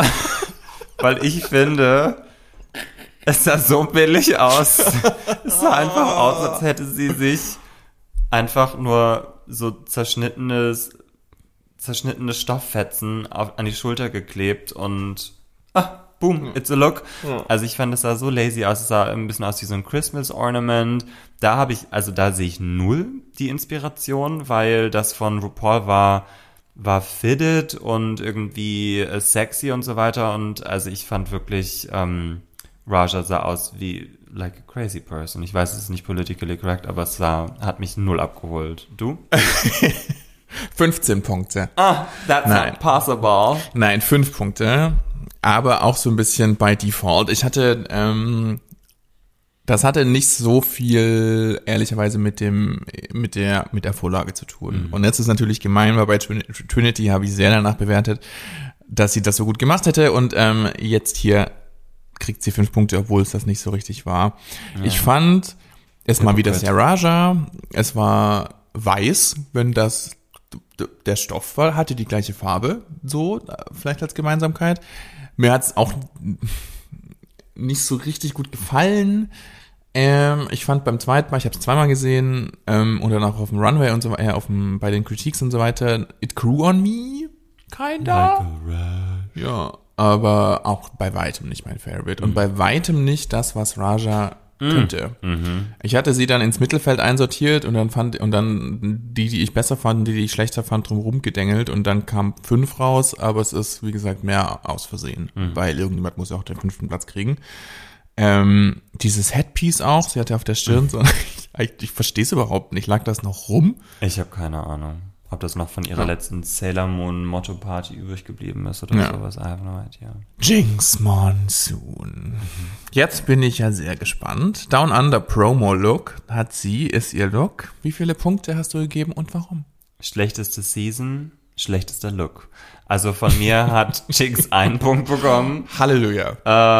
Weil ich finde, es sah so billig aus. Es sah einfach aus, als hätte sie sich einfach nur so zerschnittenes, zerschnittene Stofffetzen auf, an die Schulter geklebt und ah, boom, it's a look. Ja. Also ich fand, es sah so lazy aus, es sah ein bisschen aus wie so ein Christmas Ornament. Da habe ich, also da sehe ich null die Inspiration, weil das von RuPaul war, war fitted und irgendwie äh, sexy und so weiter. Und also ich fand wirklich, ähm, Raja sah aus wie like a crazy person. Ich weiß, es ist nicht politically correct, aber es sah, hat mich null abgeholt. Du? fünfzehn Punkte. Ah, that's Nein. not possible. Nein, fünf Punkte. Aber auch so ein bisschen by default. Ich hatte, ähm, das hatte nicht so viel, ehrlicherweise, mit dem, mit der, mit der Vorlage zu tun. Mhm. Und jetzt ist natürlich gemein, weil bei Trinity habe ich sehr danach bewertet, dass sie das so gut gemacht hätte. Und ähm, jetzt hier kriegt sie fünf Punkte, obwohl es das nicht so richtig war. Ja. Ich fand es mal wieder sehr Raja. Es war weiß, wenn das der Stoff war, hatte die gleiche Farbe, so, vielleicht als Gemeinsamkeit. Mir hat es auch nicht so richtig gut gefallen. Ähm, ich fand beim zweiten Mal, ich habe es zweimal gesehen, ähm, und dann auch auf dem Runway und so weiter, äh, auf dem, bei den Critiques und so weiter, it grew on me, kinda. Like ja, aber auch bei weitem nicht mein Favorite. Und mhm. bei weitem nicht das, was Raja könnte. Mhm. Ich hatte sie dann ins Mittelfeld einsortiert und dann fand und dann die, die ich besser fand, die, die ich schlechter fand, drumherum gedengelt und dann kam fünf raus, aber es ist, wie gesagt, mehr aus Versehen, mhm. weil irgendjemand muss ja auch den fünften Platz kriegen. Ähm, dieses Headpiece auch, sie hatte auf der Stirn, mhm. so, ich, ich verstehe es überhaupt nicht, lag das noch rum? Ich habe keine Ahnung, ob das noch von ihrer ja. letzten Sailor Moon Motto Party übrig geblieben ist oder ja. sowas. I have no idea. Jinx Monsoon. Mhm. Jetzt bin ich ja sehr gespannt. Down Under Promo Look hat sie, ist ihr Look. Wie viele Punkte hast du gegeben und warum? Schlechteste Season, schlechtester Look. Also von mir hat Jinx einen Punkt bekommen. Halleluja.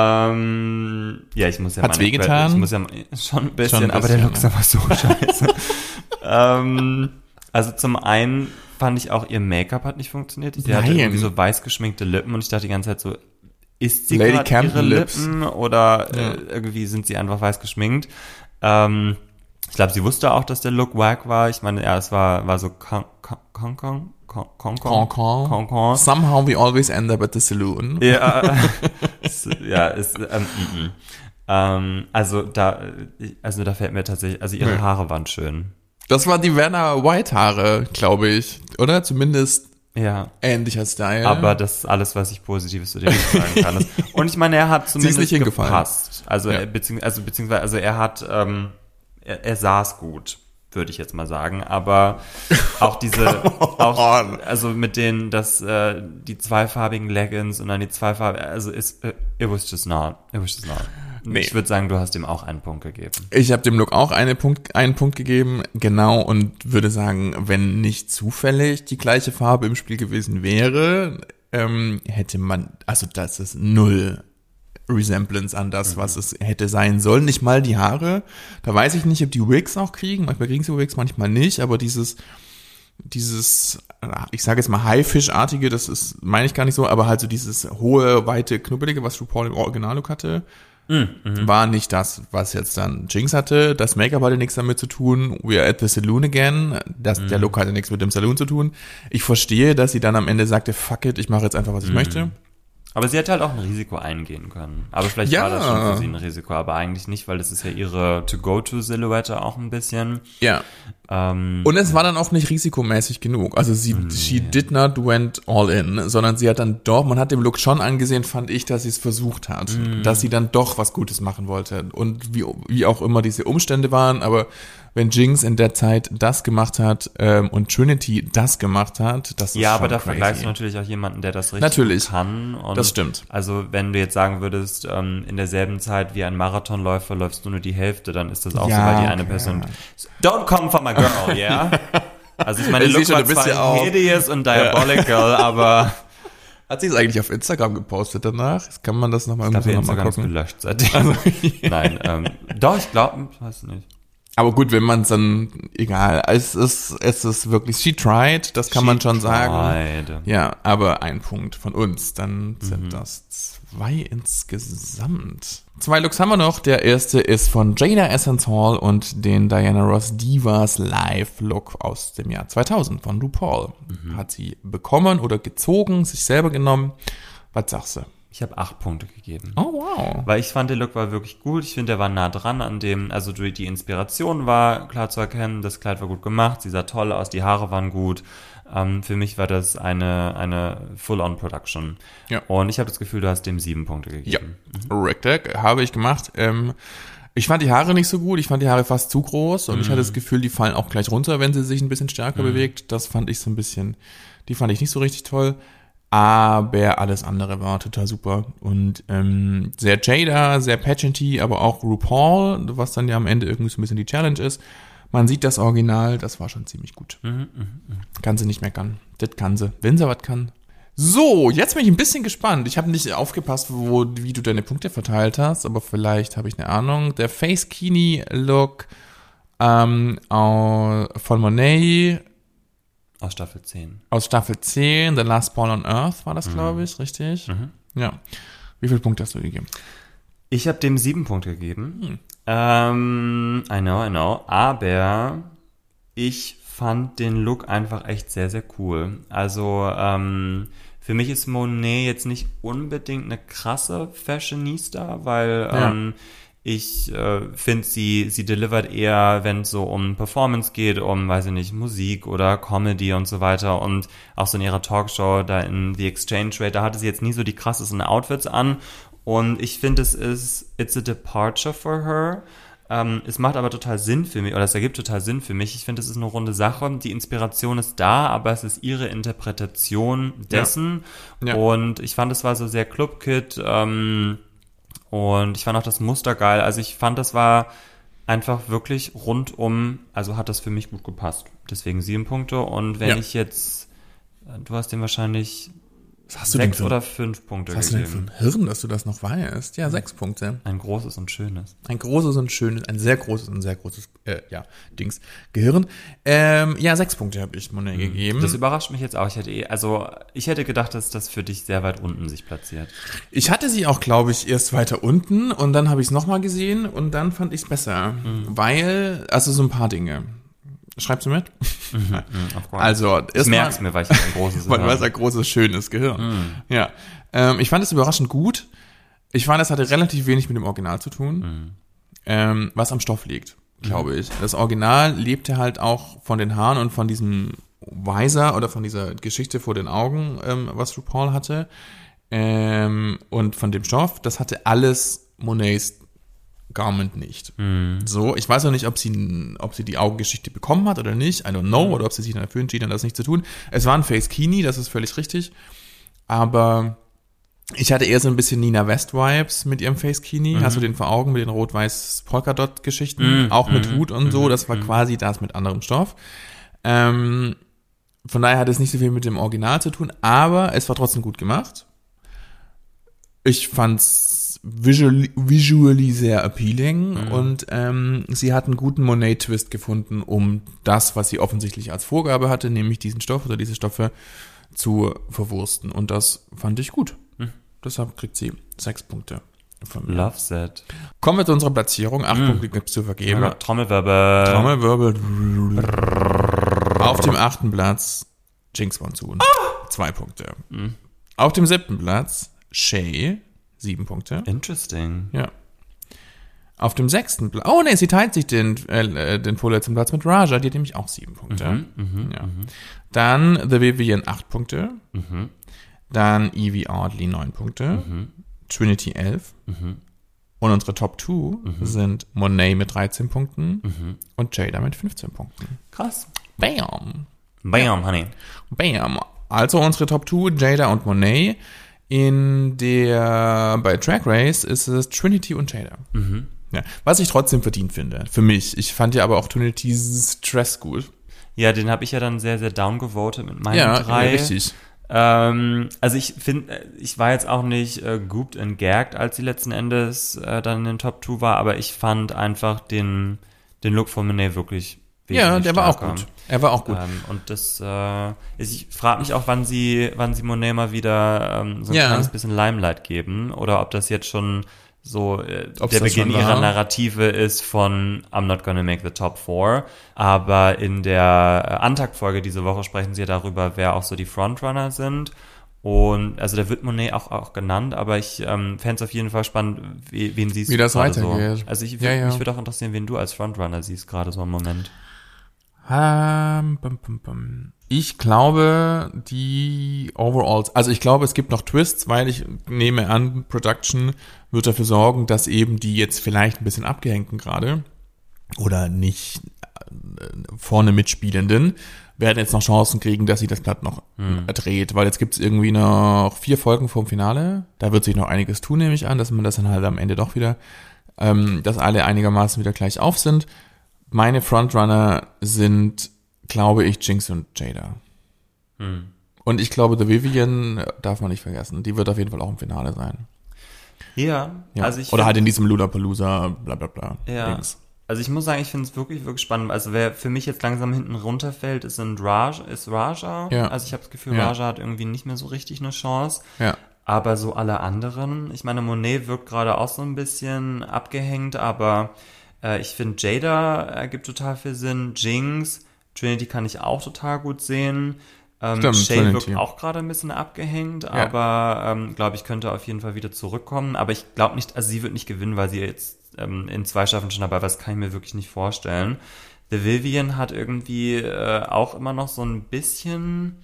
Ähm, ja, ich muss ja Hat's wehgetan? Ich muss ja schon ein bisschen, schon ein bisschen aber der Look ja. ist einfach so scheiße. ähm, also zum einen fand ich auch, ihr Make-up hat nicht funktioniert. Sie Nein. hatte irgendwie so weiß geschminkte Lippen und ich dachte die ganze Zeit so, ist sie Lady gerade Camp ihre Lips. Lippen oder ja. äh, irgendwie sind sie einfach weiß geschminkt? Ähm, ich glaube, sie wusste auch, dass der Look wack war. Ich meine, ja, es war, war so Kong Kong Kong Kong Kong Kong Kong Kong. Somehow we always end up at the saloon. Ja, es, ja, ist ähm, mm, mm. ähm, also da, also da fällt mir tatsächlich, also ihre ja. Haare waren schön. Das war die Werner White Haare, glaube ich, oder? Zumindest ja. ähnlicher Style. Aber das ist alles, was ich Positives zu dem sagen kann. Und ich meine, er hat zumindest nicht gepasst. Also, ja. beziehungsweise, also, beziehungsweise, also er hat, ähm, er, er saß gut, würde ich jetzt mal sagen. Aber auch diese, auch, also mit den, das, äh, die zweifarbigen Leggings und dann die zweifarbigen, also ist, it was just not, it was just not. Nee. Ich würde sagen, du hast ihm auch einen Punkt gegeben. Ich habe dem Look auch eine Punkt, einen Punkt gegeben, genau, und würde sagen, wenn nicht zufällig die gleiche Farbe im Spiel gewesen wäre, ähm, hätte man, also das ist null Resemblance an das, mhm. was es hätte sein sollen. Nicht mal die Haare. Da weiß ich nicht, ob die Wigs auch kriegen. Manchmal kriegen sie Wigs, manchmal nicht, aber dieses dieses, ich sage jetzt mal Haifischartige, das ist, meine ich gar nicht so, aber halt so dieses hohe, weite, knubbelige, was RuPaul im Originallook hatte, Mhm. war nicht das, was jetzt dann Jinx hatte. Das Make-up hatte nichts damit zu tun. We are at the saloon again. Das, mhm. Der Look hatte nichts mit dem Saloon zu tun. Ich verstehe, dass sie dann am Ende sagte, fuck it, ich mache jetzt einfach, was ich mhm. möchte. Aber sie hätte halt auch ein Risiko eingehen können. Aber vielleicht ja. war das schon für sie ein Risiko, aber eigentlich nicht, weil das ist ja ihre To-Go-To-Silhouette auch ein bisschen. Ja. Ähm, Und es war dann auch nicht risikomäßig genug. Also sie, nee. she did not went all in, sondern sie hat dann doch, man hat dem Look schon angesehen, fand ich, dass sie es versucht hat. Mm. Dass sie dann doch was Gutes machen wollte. Und wie, wie auch immer diese Umstände waren, aber wenn Jinx in der Zeit das gemacht hat ähm, und Trinity das gemacht hat, das ist ja, schon aber da crazy. vergleichst du natürlich auch jemanden, der das richtig natürlich. kann. Und das stimmt. Also wenn du jetzt sagen würdest, ähm, in derselben Zeit wie ein Marathonläufer läufst du nur die Hälfte, dann ist das auch ja, so, weil die eine Person don't come for my girl, yeah? Also ich meine, Look war zwar ja hideous und diabolical, ja. aber hat sie es eigentlich auf Instagram gepostet danach? Kann man das nochmal irgendwie so Instagram noch mal gucken? Gelöscht seitdem. Also, Nein, ähm, doch, ich glaube, ich weiß nicht. Aber gut, wenn man es dann, egal, es ist, es ist wirklich, she tried, das kann she man schon tried. sagen. Ja, aber ein Punkt von uns, dann sind mhm. das zwei insgesamt. Zwei Looks haben wir noch. Der erste ist von Jada Essence Hall und den Diana Ross Divas Live Look aus dem Jahr zweitausend von RuPaul. Mhm. Hat sie bekommen oder gezogen, sich selber genommen. Was sagst du? Ich habe acht Punkte gegeben. Oh, wow. Weil ich fand, der Look war wirklich gut. Ich finde, der war nah dran an dem, also die Inspiration war klar zu erkennen. Das Kleid war gut gemacht. Sie sah toll aus. Die Haare waren gut. Ähm, für mich war das eine, eine Full-on-Production. Ja. Und ich habe das Gefühl, du hast dem sieben Punkte gegeben. Ja, mhm. Rectag habe ich gemacht. Ähm, ich fand die Haare nicht so gut. Ich fand die Haare fast zu groß. Und mhm. ich hatte das Gefühl, die fallen auch gleich runter, wenn sie sich ein bisschen stärker mhm. bewegt. Das fand ich so ein bisschen, die fand ich nicht so richtig toll. Aber alles andere war total super und ähm, sehr Jada, sehr pageanty, aber auch RuPaul, was dann ja am Ende irgendwie so ein bisschen die Challenge ist. Man sieht das Original, das war schon ziemlich gut. Mhm, mh, mh. Kann sie nicht meckern. Das kann sie, wenn sie was kann. So, jetzt bin ich ein bisschen gespannt. Ich habe nicht aufgepasst, wo, wie du deine Punkte verteilt hast, aber vielleicht habe ich eine Ahnung. Der Face Kini Look ähm, von Monet aus Staffel zehn. Aus Staffel zehn, The Last Ball on Earth war das, mhm. glaube ich, richtig? Mhm. Ja. Wie viele Punkte hast du gegeben? Ich habe dem sieben Punkte gegeben. Hm. Ähm, I know, I know. Aber ich fand den Look einfach echt sehr, sehr cool. Also, ähm, für mich ist Monet jetzt nicht unbedingt eine krasse Fashionista, weil ja. ähm, Ich äh, finde, sie sie delivert eher, wenn es so um Performance geht, um, weiß ich nicht, Musik oder Comedy und so weiter. Und auch so in ihrer Talkshow da in The Exchange Rate, da hatte sie jetzt nie so die krassesten Outfits an. Und ich finde, es ist, it's a departure for her. Ähm, es macht aber total Sinn für mich, oder es ergibt total Sinn für mich. Ich finde, es ist eine runde Sache. Die Inspiration ist da, aber es ist ihre Interpretation dessen. Ja. Ja. Und ich fand, es war so sehr Club Kid, ähm, und ich fand auch das Muster geil. Also ich fand, das war einfach wirklich rundum, also hat das für mich gut gepasst. Deswegen sieben Punkte. Und wenn ja. ich jetzt, du hast dem wahrscheinlich was hast du sechs denn für, oder fünf Punkte was gegeben. Was hast du denn für ein Hirn, dass du das noch weißt? Ja, sechs Punkte. Ein großes und schönes. Ein großes und schönes, ein sehr großes und sehr großes, äh, ja, Dings, Gehirn. Ähm, ja, sechs Punkte habe ich Monet mhm. gegeben. Das überrascht mich jetzt auch. Ich hätte eh, also ich hätte gedacht, dass das für dich sehr weit unten sich platziert. Ich hatte sie auch, glaube ich, erst weiter unten und dann habe ich es nochmal gesehen und dann fand ich es besser. Mhm. Weil, also so ein paar Dinge. Schreibst du mit? Mhm, also, das merkst du mir, weil ich ein großes Gehirn weil, weil ein großes, schönes Gehirn. Mhm. Ja. Ähm, ich fand es überraschend gut. Ich fand, es hatte relativ wenig mit dem Original zu tun, mhm. ähm, was am Stoff liegt, glaube mhm. ich. Das Original lebte halt auch von den Haaren und von diesem Visor oder von dieser Geschichte vor den Augen, ähm, was RuPaul hatte, ähm, und von dem Stoff. Das hatte alles Monets Garment nicht. Mm. So, ich weiß auch nicht, ob sie, ob sie die Augengeschichte bekommen hat oder nicht. I don't know. Mm. Oder ob sie sich dann dafür entschieden hat, das nicht zu tun. Es war ein Face-Kini, das ist völlig richtig. Aber ich hatte eher so ein bisschen Nina West-Vibes mit ihrem Face-Kini. Mm. Hast du den vor Augen mit den rot-weiß-Polkadot-Geschichten? Mm. Auch mit mm. Hut und mm. so. Das war mm. quasi das mit anderem Stoff. Ähm, von daher hat es nicht so viel mit dem Original zu tun. Aber es war trotzdem gut gemacht. Ich fand's Visually, visually sehr appealing mhm. und ähm, sie hat einen guten Monet-Twist gefunden, um das, was sie offensichtlich als Vorgabe hatte, nämlich diesen Stoff oder diese Stoffe zu verwursten. Und das fand ich gut. Mhm. Deshalb kriegt sie sechs Punkte von mir. Love that. Kommen wir zu unserer Platzierung. Acht mhm. Punkte gibt es zu vergeben. Oh, Trommelwirbel. Trommelwirbel. Auf dem achten Platz Jinx Monsoon. Oh! Zwei Punkte. Mhm. Auf dem siebten Platz Shay. Sieben Punkte. Interesting. Ja. Auf dem sechsten Platz. Oh nee, sie teilt sich den, äh, den vorletzten Platz mit Raja, die hat nämlich auch sieben Punkte. Mhm, mh, ja. mh. Dann The Vivian acht Punkte. Mhm. Dann Evie Oddly neun Punkte. Mhm. Trinity elf. Mhm. Und unsere Top zwei mhm. sind Monet mit dreizehn Punkten mhm. und Jada mit fünfzehn Punkten. Krass. Bam. Bam, ja. honey. Bam. Also unsere Top zwei, Jada und Monet. In der, bei Drag Race ist es Trinity und Jada. Mhm. Ja, was ich trotzdem verdient finde, für mich. Ich fand ja aber auch Trinitys Dress gut. Ja, den habe ich ja dann sehr, sehr downgevotet mit meinen ja, drei. Ja, richtig. Ähm, also ich finde, ich war jetzt auch nicht äh, gooped and gagged, als sie letzten Endes äh, dann in den Top zwei war, aber ich fand einfach den, den Look von Monet wirklich ja, der war auch gut. Er war auch gut. Ähm, und das, äh, ich frage mich auch, wann sie, wann sie Monet mal wieder ähm, so ein ja. kleines bisschen Limelight geben oder ob das jetzt schon so äh, der Beginn ihrer Narrative ist von I'm not gonna make the top four. Aber in der äh, Antakt-Folge diese Woche sprechen sie ja darüber, wer auch so die Frontrunner sind. Und also da wird Monet auch, auch genannt, aber ich ähm, fände es auf jeden Fall spannend, wie, wen siehst wie du das weitergeht. So. Also ich, ja, ja. mich würde auch interessieren, wen du als Frontrunner siehst, gerade so im Moment. Um, bum, bum, bum. Ich glaube, die Overalls, also ich glaube, es gibt noch Twists, weil ich nehme an, Production wird dafür sorgen, dass eben die jetzt vielleicht ein bisschen abgehängten gerade oder nicht vorne mitspielenden werden jetzt noch Chancen kriegen, dass sie das Blatt noch hm. dreht, weil jetzt gibt es irgendwie noch vier Folgen vorm Finale. Da wird sich noch einiges tun, nehme ich an, dass man das dann halt am Ende doch wieder, ähm, dass alle einigermaßen wieder gleich auf sind. Meine Frontrunner sind, glaube ich, Jinx und Jada. Hm. Und ich glaube, The Vivian darf man nicht vergessen. Die wird auf jeden Fall auch im Finale sein. Ja. ja. Also ich Oder halt in diesem Lollapalooza, bla bla bla. Ja. Dings. Also ich muss sagen, ich finde es wirklich, wirklich spannend. Also wer für mich jetzt langsam hinten runterfällt, ist, in Raj, ist Raja. Ja. Also ich habe das Gefühl, ja. Raja hat irgendwie nicht mehr so richtig eine Chance. Ja. Aber so alle anderen, ich meine, Monet wirkt gerade auch so ein bisschen abgehängt, aber ich finde, Jada ergibt total viel Sinn. Jinx, Trinity kann ich auch total gut sehen. Ähm, Stimmt, Shay Trinity. wirkt auch gerade ein bisschen abgehängt, ja. aber ähm, glaube ich, könnte auf jeden Fall wieder zurückkommen. Aber ich glaube nicht, also sie wird nicht gewinnen, weil sie jetzt ähm, in zwei Staffeln schon dabei war, das kann ich mir wirklich nicht vorstellen. The Vivian hat irgendwie äh, auch immer noch so ein bisschen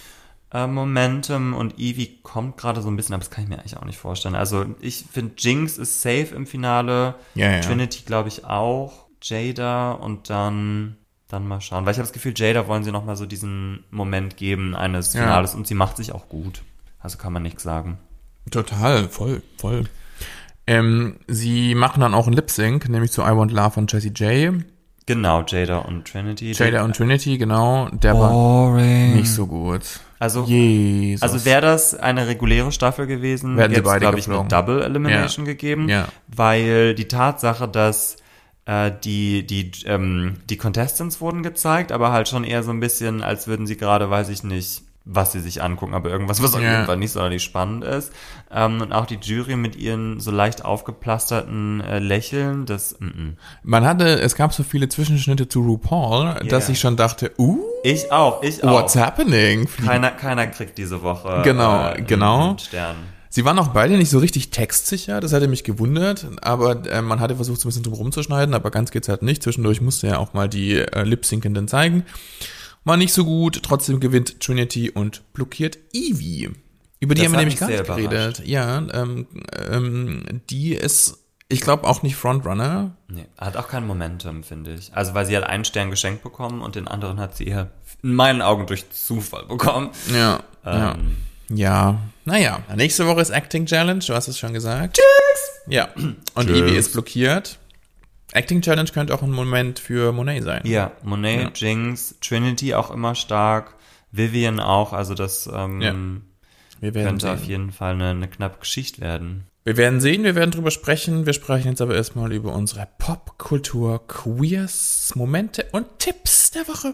äh, Momentum und Evie kommt gerade so ein bisschen, aber das kann ich mir eigentlich auch nicht vorstellen. Also ich finde, Jinx ist safe im Finale, ja, ja. Trinity glaube ich auch, Jada und dann... Dann mal schauen. Weil ich habe das Gefühl, Jada wollen sie nochmal so diesen Moment geben eines Finales ja. und sie macht sich auch gut. Also kann man nichts sagen. Total, voll, voll. Ähm, sie machen dann auch einen Lip-Sync, nämlich zu I Want Love von Jessie J. Genau, Jada und Trinity. Jada und Trinity, genau. Der Boring. war nicht so gut. Also, Jesus. also wäre das eine reguläre Staffel gewesen, hätte es, glaube ich, eine Double Elimination ja. gegeben. Ja. Weil die Tatsache, dass Die, die, ähm, die Contestants wurden gezeigt, aber halt schon eher so ein bisschen, als würden sie gerade, weiß ich nicht, was sie sich angucken, aber irgendwas, was auf ja. jeden Fall nicht sonderlich spannend ist. Ähm, und auch die Jury mit ihren so leicht aufgeplasterten äh, Lächeln, das, mm-mm. Man hatte, es gab so viele Zwischenschnitte zu RuPaul, yeah. dass ich schon dachte, uh. Ich auch, ich auch. What's happening? Keiner, keiner kriegt diese Woche genau, äh, genau. einen Stern. Sie waren auch beide nicht so richtig textsicher, das hatte mich gewundert, aber äh, man hatte versucht, so ein bisschen drum rumzuschneiden, aber ganz geht's halt nicht. Zwischendurch musste er auch mal die äh, Lip-Syncenden zeigen. War nicht so gut, trotzdem gewinnt Trinity und blockiert Evie. Über die das haben wir nämlich gar nicht geredet. Ja, ähm, ähm, die ist, ich glaube, auch nicht Frontrunner. Nee, hat auch kein Momentum, finde ich. Also, weil sie hat einen Stern geschenkt bekommen und den anderen hat sie eher in meinen Augen durch Zufall bekommen. Ja, ähm, ja. Ja, naja. Nächste Woche ist Acting Challenge, du hast es schon gesagt. Tschüss! Ja, und Tschüss. Evie ist blockiert. Acting Challenge könnte auch ein Moment für Monet sein. Ja, Monet, ja. Jinx, Trinity auch immer stark, Vivian auch, also das ähm, ja. wir werden könnte sehen. auf jeden Fall eine, eine knappe Geschichte werden. Wir werden sehen, wir werden drüber sprechen. Wir sprechen jetzt aber erstmal über unsere Popkultur, Queers, Momente und Tipps der Woche.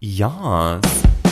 Ja.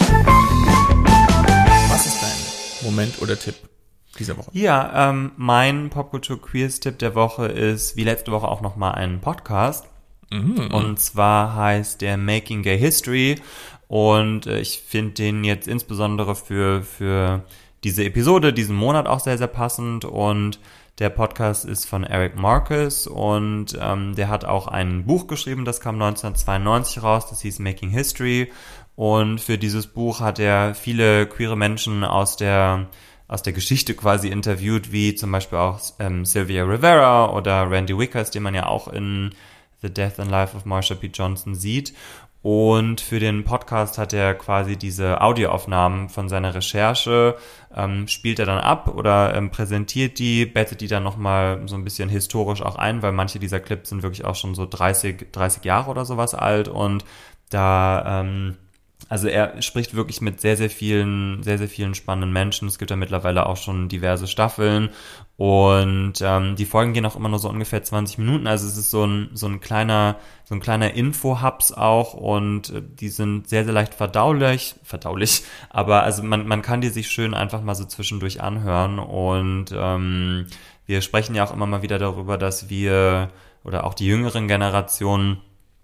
Was ist dein Moment oder Tipp dieser Woche? Ja, ähm, mein Popkultur-Queers-Tipp der Woche ist, wie letzte Woche auch nochmal ein Podcast. Mhm. Und zwar heißt der Making Gay History. Und äh, ich finde den jetzt insbesondere für, für diese Episode, diesen Monat auch sehr, sehr passend. Und der Podcast ist von Eric Marcus und ähm, der hat auch ein Buch geschrieben, das kam neunzehnhundertzweiundneunzig raus, das hieß Making History. Und für dieses Buch hat er viele queere Menschen aus der aus der Geschichte quasi interviewt, wie zum Beispiel auch ähm, Sylvia Rivera oder Randy Wickers, den man ja auch in The Death and Life of Marsha P. Johnson sieht. Und für den Podcast hat er quasi diese Audioaufnahmen von seiner Recherche, ähm, spielt er dann ab oder ähm, präsentiert die, bettet die dann nochmal so ein bisschen historisch auch ein, weil manche dieser Clips sind wirklich auch schon so dreißig, dreißig Jahre oder sowas alt und da... Ähm, Also er spricht wirklich mit sehr, sehr vielen, sehr, sehr vielen spannenden Menschen. Es gibt ja mittlerweile auch schon diverse Staffeln und ähm, die Folgen gehen auch immer nur so ungefähr zwanzig Minuten. Also es ist so ein so ein kleiner so ein kleiner Info-Hubs auch und äh, die sind sehr, sehr leicht verdaulich, verdaulich. Aber also man man kann die sich schön einfach mal so zwischendurch anhören und ähm, wir sprechen ja auch immer mal wieder darüber, dass wir oder auch die jüngeren Generationen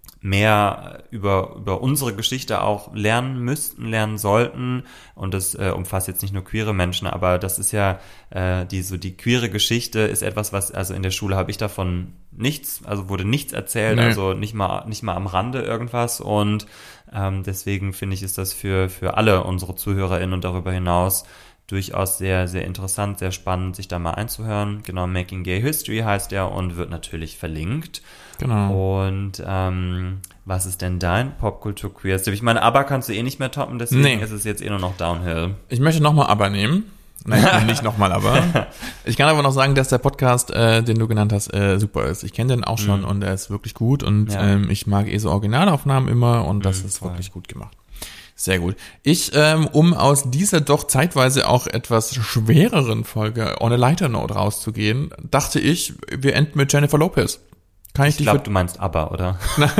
mehr über über unsere Geschichte auch lernen müssten, lernen sollten und das äh, umfasst jetzt nicht nur queere Menschen, aber das ist ja äh, die so die queere Geschichte ist etwas, was also in der Schule habe ich davon nichts, also wurde nichts erzählt, nee. Also nicht mal nicht mal am Rande irgendwas und ähm, deswegen finde ich ist das für für alle unsere ZuhörerInnen und darüber hinaus durchaus sehr, sehr interessant, sehr spannend, sich da mal einzuhören. Genau, Making Gay History heißt der und wird natürlich verlinkt. Genau. Und ähm, was ist denn dein Popkultur-Queers? Ich meine, ABBA kannst du eh nicht mehr toppen, deswegen nee. ist es jetzt eh nur noch Downhill. Ich möchte nochmal ABBA nehmen. Nein, nicht nochmal ABBA. Ich kann aber noch sagen, dass der Podcast, äh, den du genannt hast, äh, super ist. Ich kenne den auch schon mm. und er ist wirklich gut und ja. ähm, ich mag eh so Originalaufnahmen immer und das mm, ist voll. wirklich gut gemacht. Sehr gut. Ich, ähm, um aus dieser doch zeitweise auch etwas schwereren Folge on a lighter note rauszugehen, dachte ich, wir enden mit Jennifer Lopez. Kann ich, ich glaube, du meinst ABBA, oder?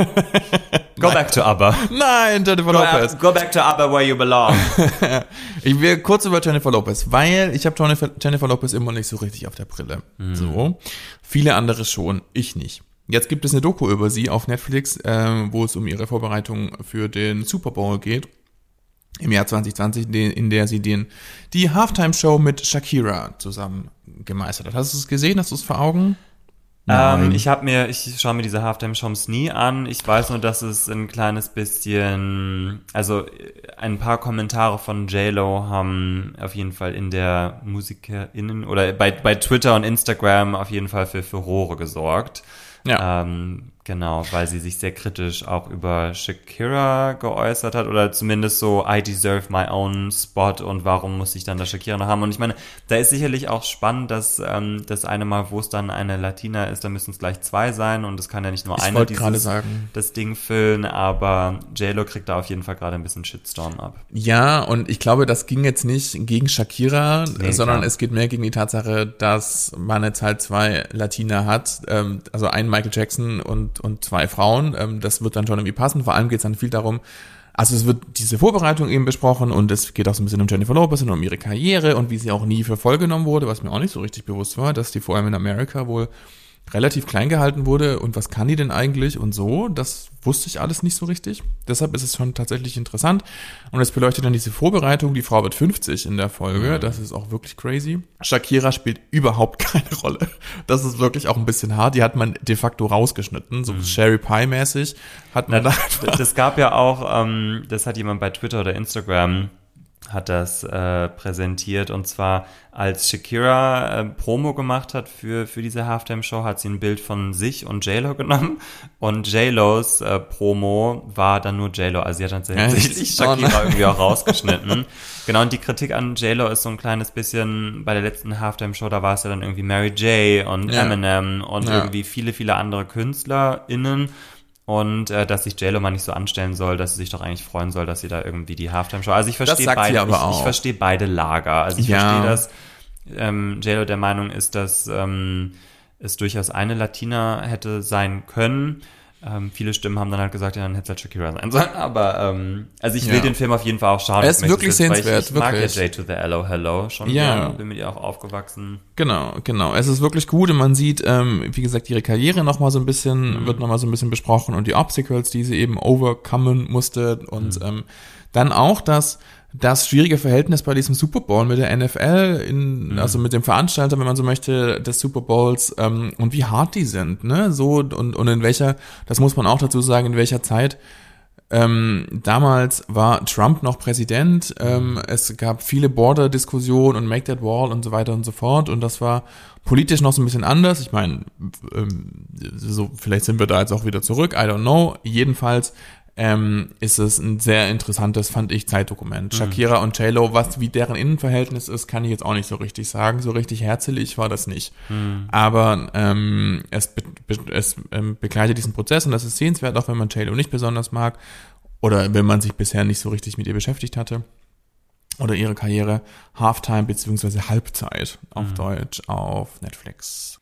Go back to ABBA. Nein, Jennifer go Lopez. Up, go back to ABBA where you belong. Ich will kurz über Jennifer Lopez, weil ich habe Jennifer, Jennifer Lopez immer nicht so richtig auf der Brille. Mhm. So. Viele andere schon, ich nicht. Jetzt gibt es eine Doku über sie auf Netflix, äh, wo es um ihre Vorbereitung für den Super Bowl geht. Im Jahr zwanzig zwanzig, in der sie den die Halftime-Show mit Shakira zusammen gemeistert hat. Hast du es gesehen? Hast du es vor Augen? Ähm, ich habe mir, ich schaue mir diese Halftime-Shows nie an. Ich weiß nur, dass es ein kleines bisschen, also ein paar Kommentare von J-Lo haben auf jeden Fall in der MusikerInnen oder bei, bei Twitter und Instagram auf jeden Fall für Furore gesorgt. Ja. Ähm, genau, weil sie sich sehr kritisch auch über Shakira geäußert hat oder zumindest so, I deserve my own spot und warum muss ich dann da Shakira noch haben? Und ich meine, da ist sicherlich auch spannend, dass ähm, das eine Mal, wo es dann eine Latina ist, da müssen es gleich zwei sein und es kann ja nicht nur ich eine dieses, sagen. das Ding füllen, aber J-Lo kriegt da auf jeden Fall gerade ein bisschen Shitstorm ab. Ja, und ich glaube, das ging jetzt nicht gegen Shakira, nee, sondern klar. Es geht mehr gegen die Tatsache, dass man jetzt halt zwei Latina hat, ähm, also einen Michael Jackson und und zwei Frauen, ähm, das wird dann schon irgendwie passen. Vor allem geht es dann viel darum, also es wird diese Vorbereitung eben besprochen und es geht auch so ein bisschen um Jennifer Lopez und um ihre Karriere und wie sie auch nie für voll genommen wurde, was mir auch nicht so richtig bewusst war, dass die vor allem in Amerika wohl relativ klein gehalten wurde und was kann die denn eigentlich und so, das wusste ich alles nicht so richtig. Deshalb ist es schon tatsächlich interessant und es beleuchtet dann diese Vorbereitung, die Frau wird fünfzig in der Folge, mhm. Das ist auch wirklich crazy. Shakira spielt überhaupt keine Rolle. Das ist wirklich auch ein bisschen hart, die hat man de facto rausgeschnitten, so mhm. Sherry Pie-mäßig hat man Na, da das gab ja auch, ähm, das hat jemand bei Twitter oder Instagram hat das äh, präsentiert und zwar als Shakira äh, Promo gemacht hat für für diese Halftime-Show, hat sie ein Bild von sich und J-Lo genommen und J-Los äh, Promo war dann nur J-Lo, also sie hat tatsächlich ja, Shakira irgendwie auch rausgeschnitten. Genau, und die Kritik an J-Lo ist so ein kleines bisschen, bei der letzten Halftime-Show, da war es ja dann irgendwie Mary J. und ja. Eminem und ja. irgendwie viele, viele andere KünstlerInnen. Und äh, dass sich J-Lo mal nicht so anstellen soll, dass sie sich doch eigentlich freuen soll, dass sie da irgendwie die Halftime-Show... Also ich verstehe beide, ich, ich verstehe beide Lager. Also ich ja. verstehe, dass ähm, J-Lo der Meinung ist, dass ähm, es durchaus eine Latina hätte sein können. Ähm, viele Stimmen haben dann halt gesagt, ja, dann hätte es halt Shakira sein sollen. Aber ähm, also ich will ja. den Film auf jeden Fall auch schauen. Er ist wirklich sehenswert, ich, ich mag ja J to the Hello Hello schon. Ja. ja. Bin mit ihr auch aufgewachsen. Genau, genau. Es ist wirklich gut und man sieht, ähm, wie gesagt, ihre Karriere noch mal so ein bisschen, mhm. wird noch mal so ein bisschen besprochen und die Obstacles, die sie eben overcomen musste und mhm. ähm, dann auch das das schwierige Verhältnis bei diesem Super Bowl mit der N F L, in, mhm. also mit dem Veranstalter, wenn man so möchte, des Super Bowls ähm, und wie hart die sind, ne, so und und in welcher, das muss man auch dazu sagen, in welcher Zeit. Ähm, damals war Trump noch Präsident, ähm, es gab viele Border-Diskussionen und Make That Wall und so weiter und so fort und das war politisch noch so ein bisschen anders. Ich meine, ähm, so vielleicht sind wir da jetzt auch wieder zurück, I don't know. Jedenfalls ähm, ist es ein sehr interessantes, fand ich, Zeitdokument. Mhm. Shakira und J-Lo, was wie deren Innenverhältnis ist, kann ich jetzt auch nicht so richtig sagen. So richtig herzlich war das nicht. Mhm. Aber ähm, es, be- be- es ähm, begleitet diesen Prozess und das ist sehenswert, auch wenn man J-Lo nicht besonders mag oder wenn man sich bisher nicht so richtig mit ihr beschäftigt hatte. Oder ihre Karriere. Halftime bzw. Halbzeit auf mhm. Deutsch auf Netflix.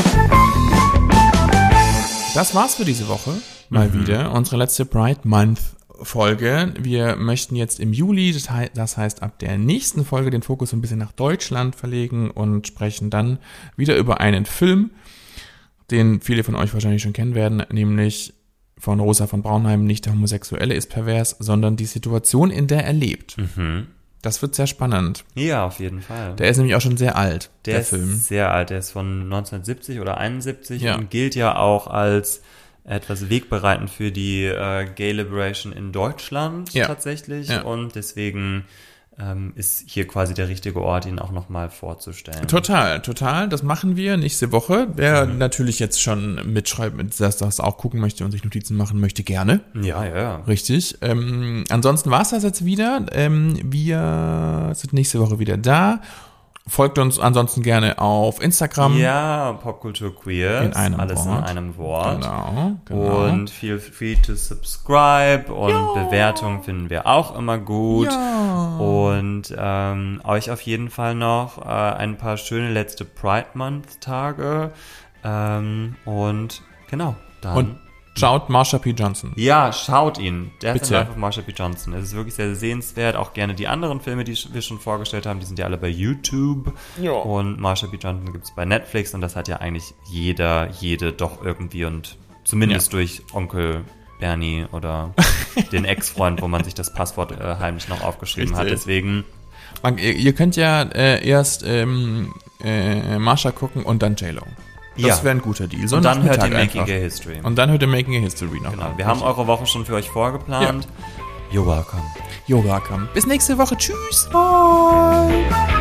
Das war's für diese Woche. Mal mhm. wieder. Unsere letzte Pride Month Folge. Wir möchten jetzt im Juli, das, he- das heißt ab der nächsten Folge, den Fokus so ein bisschen nach Deutschland verlegen und sprechen dann wieder über einen Film, den viele von euch wahrscheinlich schon kennen werden, nämlich von Rosa von Braunheim, nicht der Homosexuelle ist pervers, sondern die Situation, in der er lebt. Mhm. Das wird sehr spannend. Ja, auf jeden Fall. Der ist nämlich auch schon sehr alt, der, der Film. Der ist sehr alt, der ist von neunzehnhundertsiebzig oder einundsiebzig ja. und gilt ja auch als etwas wegbereitend für die äh, Gay Liberation in Deutschland ja. tatsächlich ja. und deswegen ähm, ist hier quasi der richtige Ort, ihn auch nochmal vorzustellen. Total, total. Das machen wir nächste Woche. Wer mhm. natürlich jetzt schon mitschreibt, dass das auch gucken möchte und sich Notizen machen möchte, gerne. Ja, ja. Richtig. Ähm, ansonsten war es das jetzt wieder. Ähm, wir sind nächste Woche wieder da. Folgt uns ansonsten gerne auf Instagram. Ja, Popkultur Queer. In einem alles Wort. in einem Wort. Genau, genau. Und feel free to subscribe und ja. Bewertungen finden wir auch immer gut. Ja. Und ähm, euch auf jeden Fall noch äh, ein paar schöne letzte Pride Month Tage. Ähm, und genau, dann. Und schaut Marsha P. Johnson. Ja, schaut ihn. Der Bitte. ist einfach Marsha P. Johnson. Es ist wirklich sehr sehenswert. Auch gerne die anderen Filme, die wir schon vorgestellt haben, die sind ja alle bei YouTube. Ja. Und Marsha P. Johnson gibt es bei Netflix und das hat ja eigentlich jeder, jede doch irgendwie und zumindest ja. durch Onkel Bernie oder den Ex-Freund, wo man sich das Passwort äh, heimlich noch aufgeschrieben Richtig. hat. Deswegen. Man, ihr, ihr könnt ja äh, erst ähm, äh, Marsha gucken und dann J-Lo. Das Ja. wäre ein guter Deal. So Und dann hört Nachmittag ihr Making einfach. a History. Und dann hört ihr Making a History noch. Genau. Wir haben eure Woche schon für euch vorgeplant. You're welcome. You're welcome. Bis nächste Woche. Tschüss. Bye.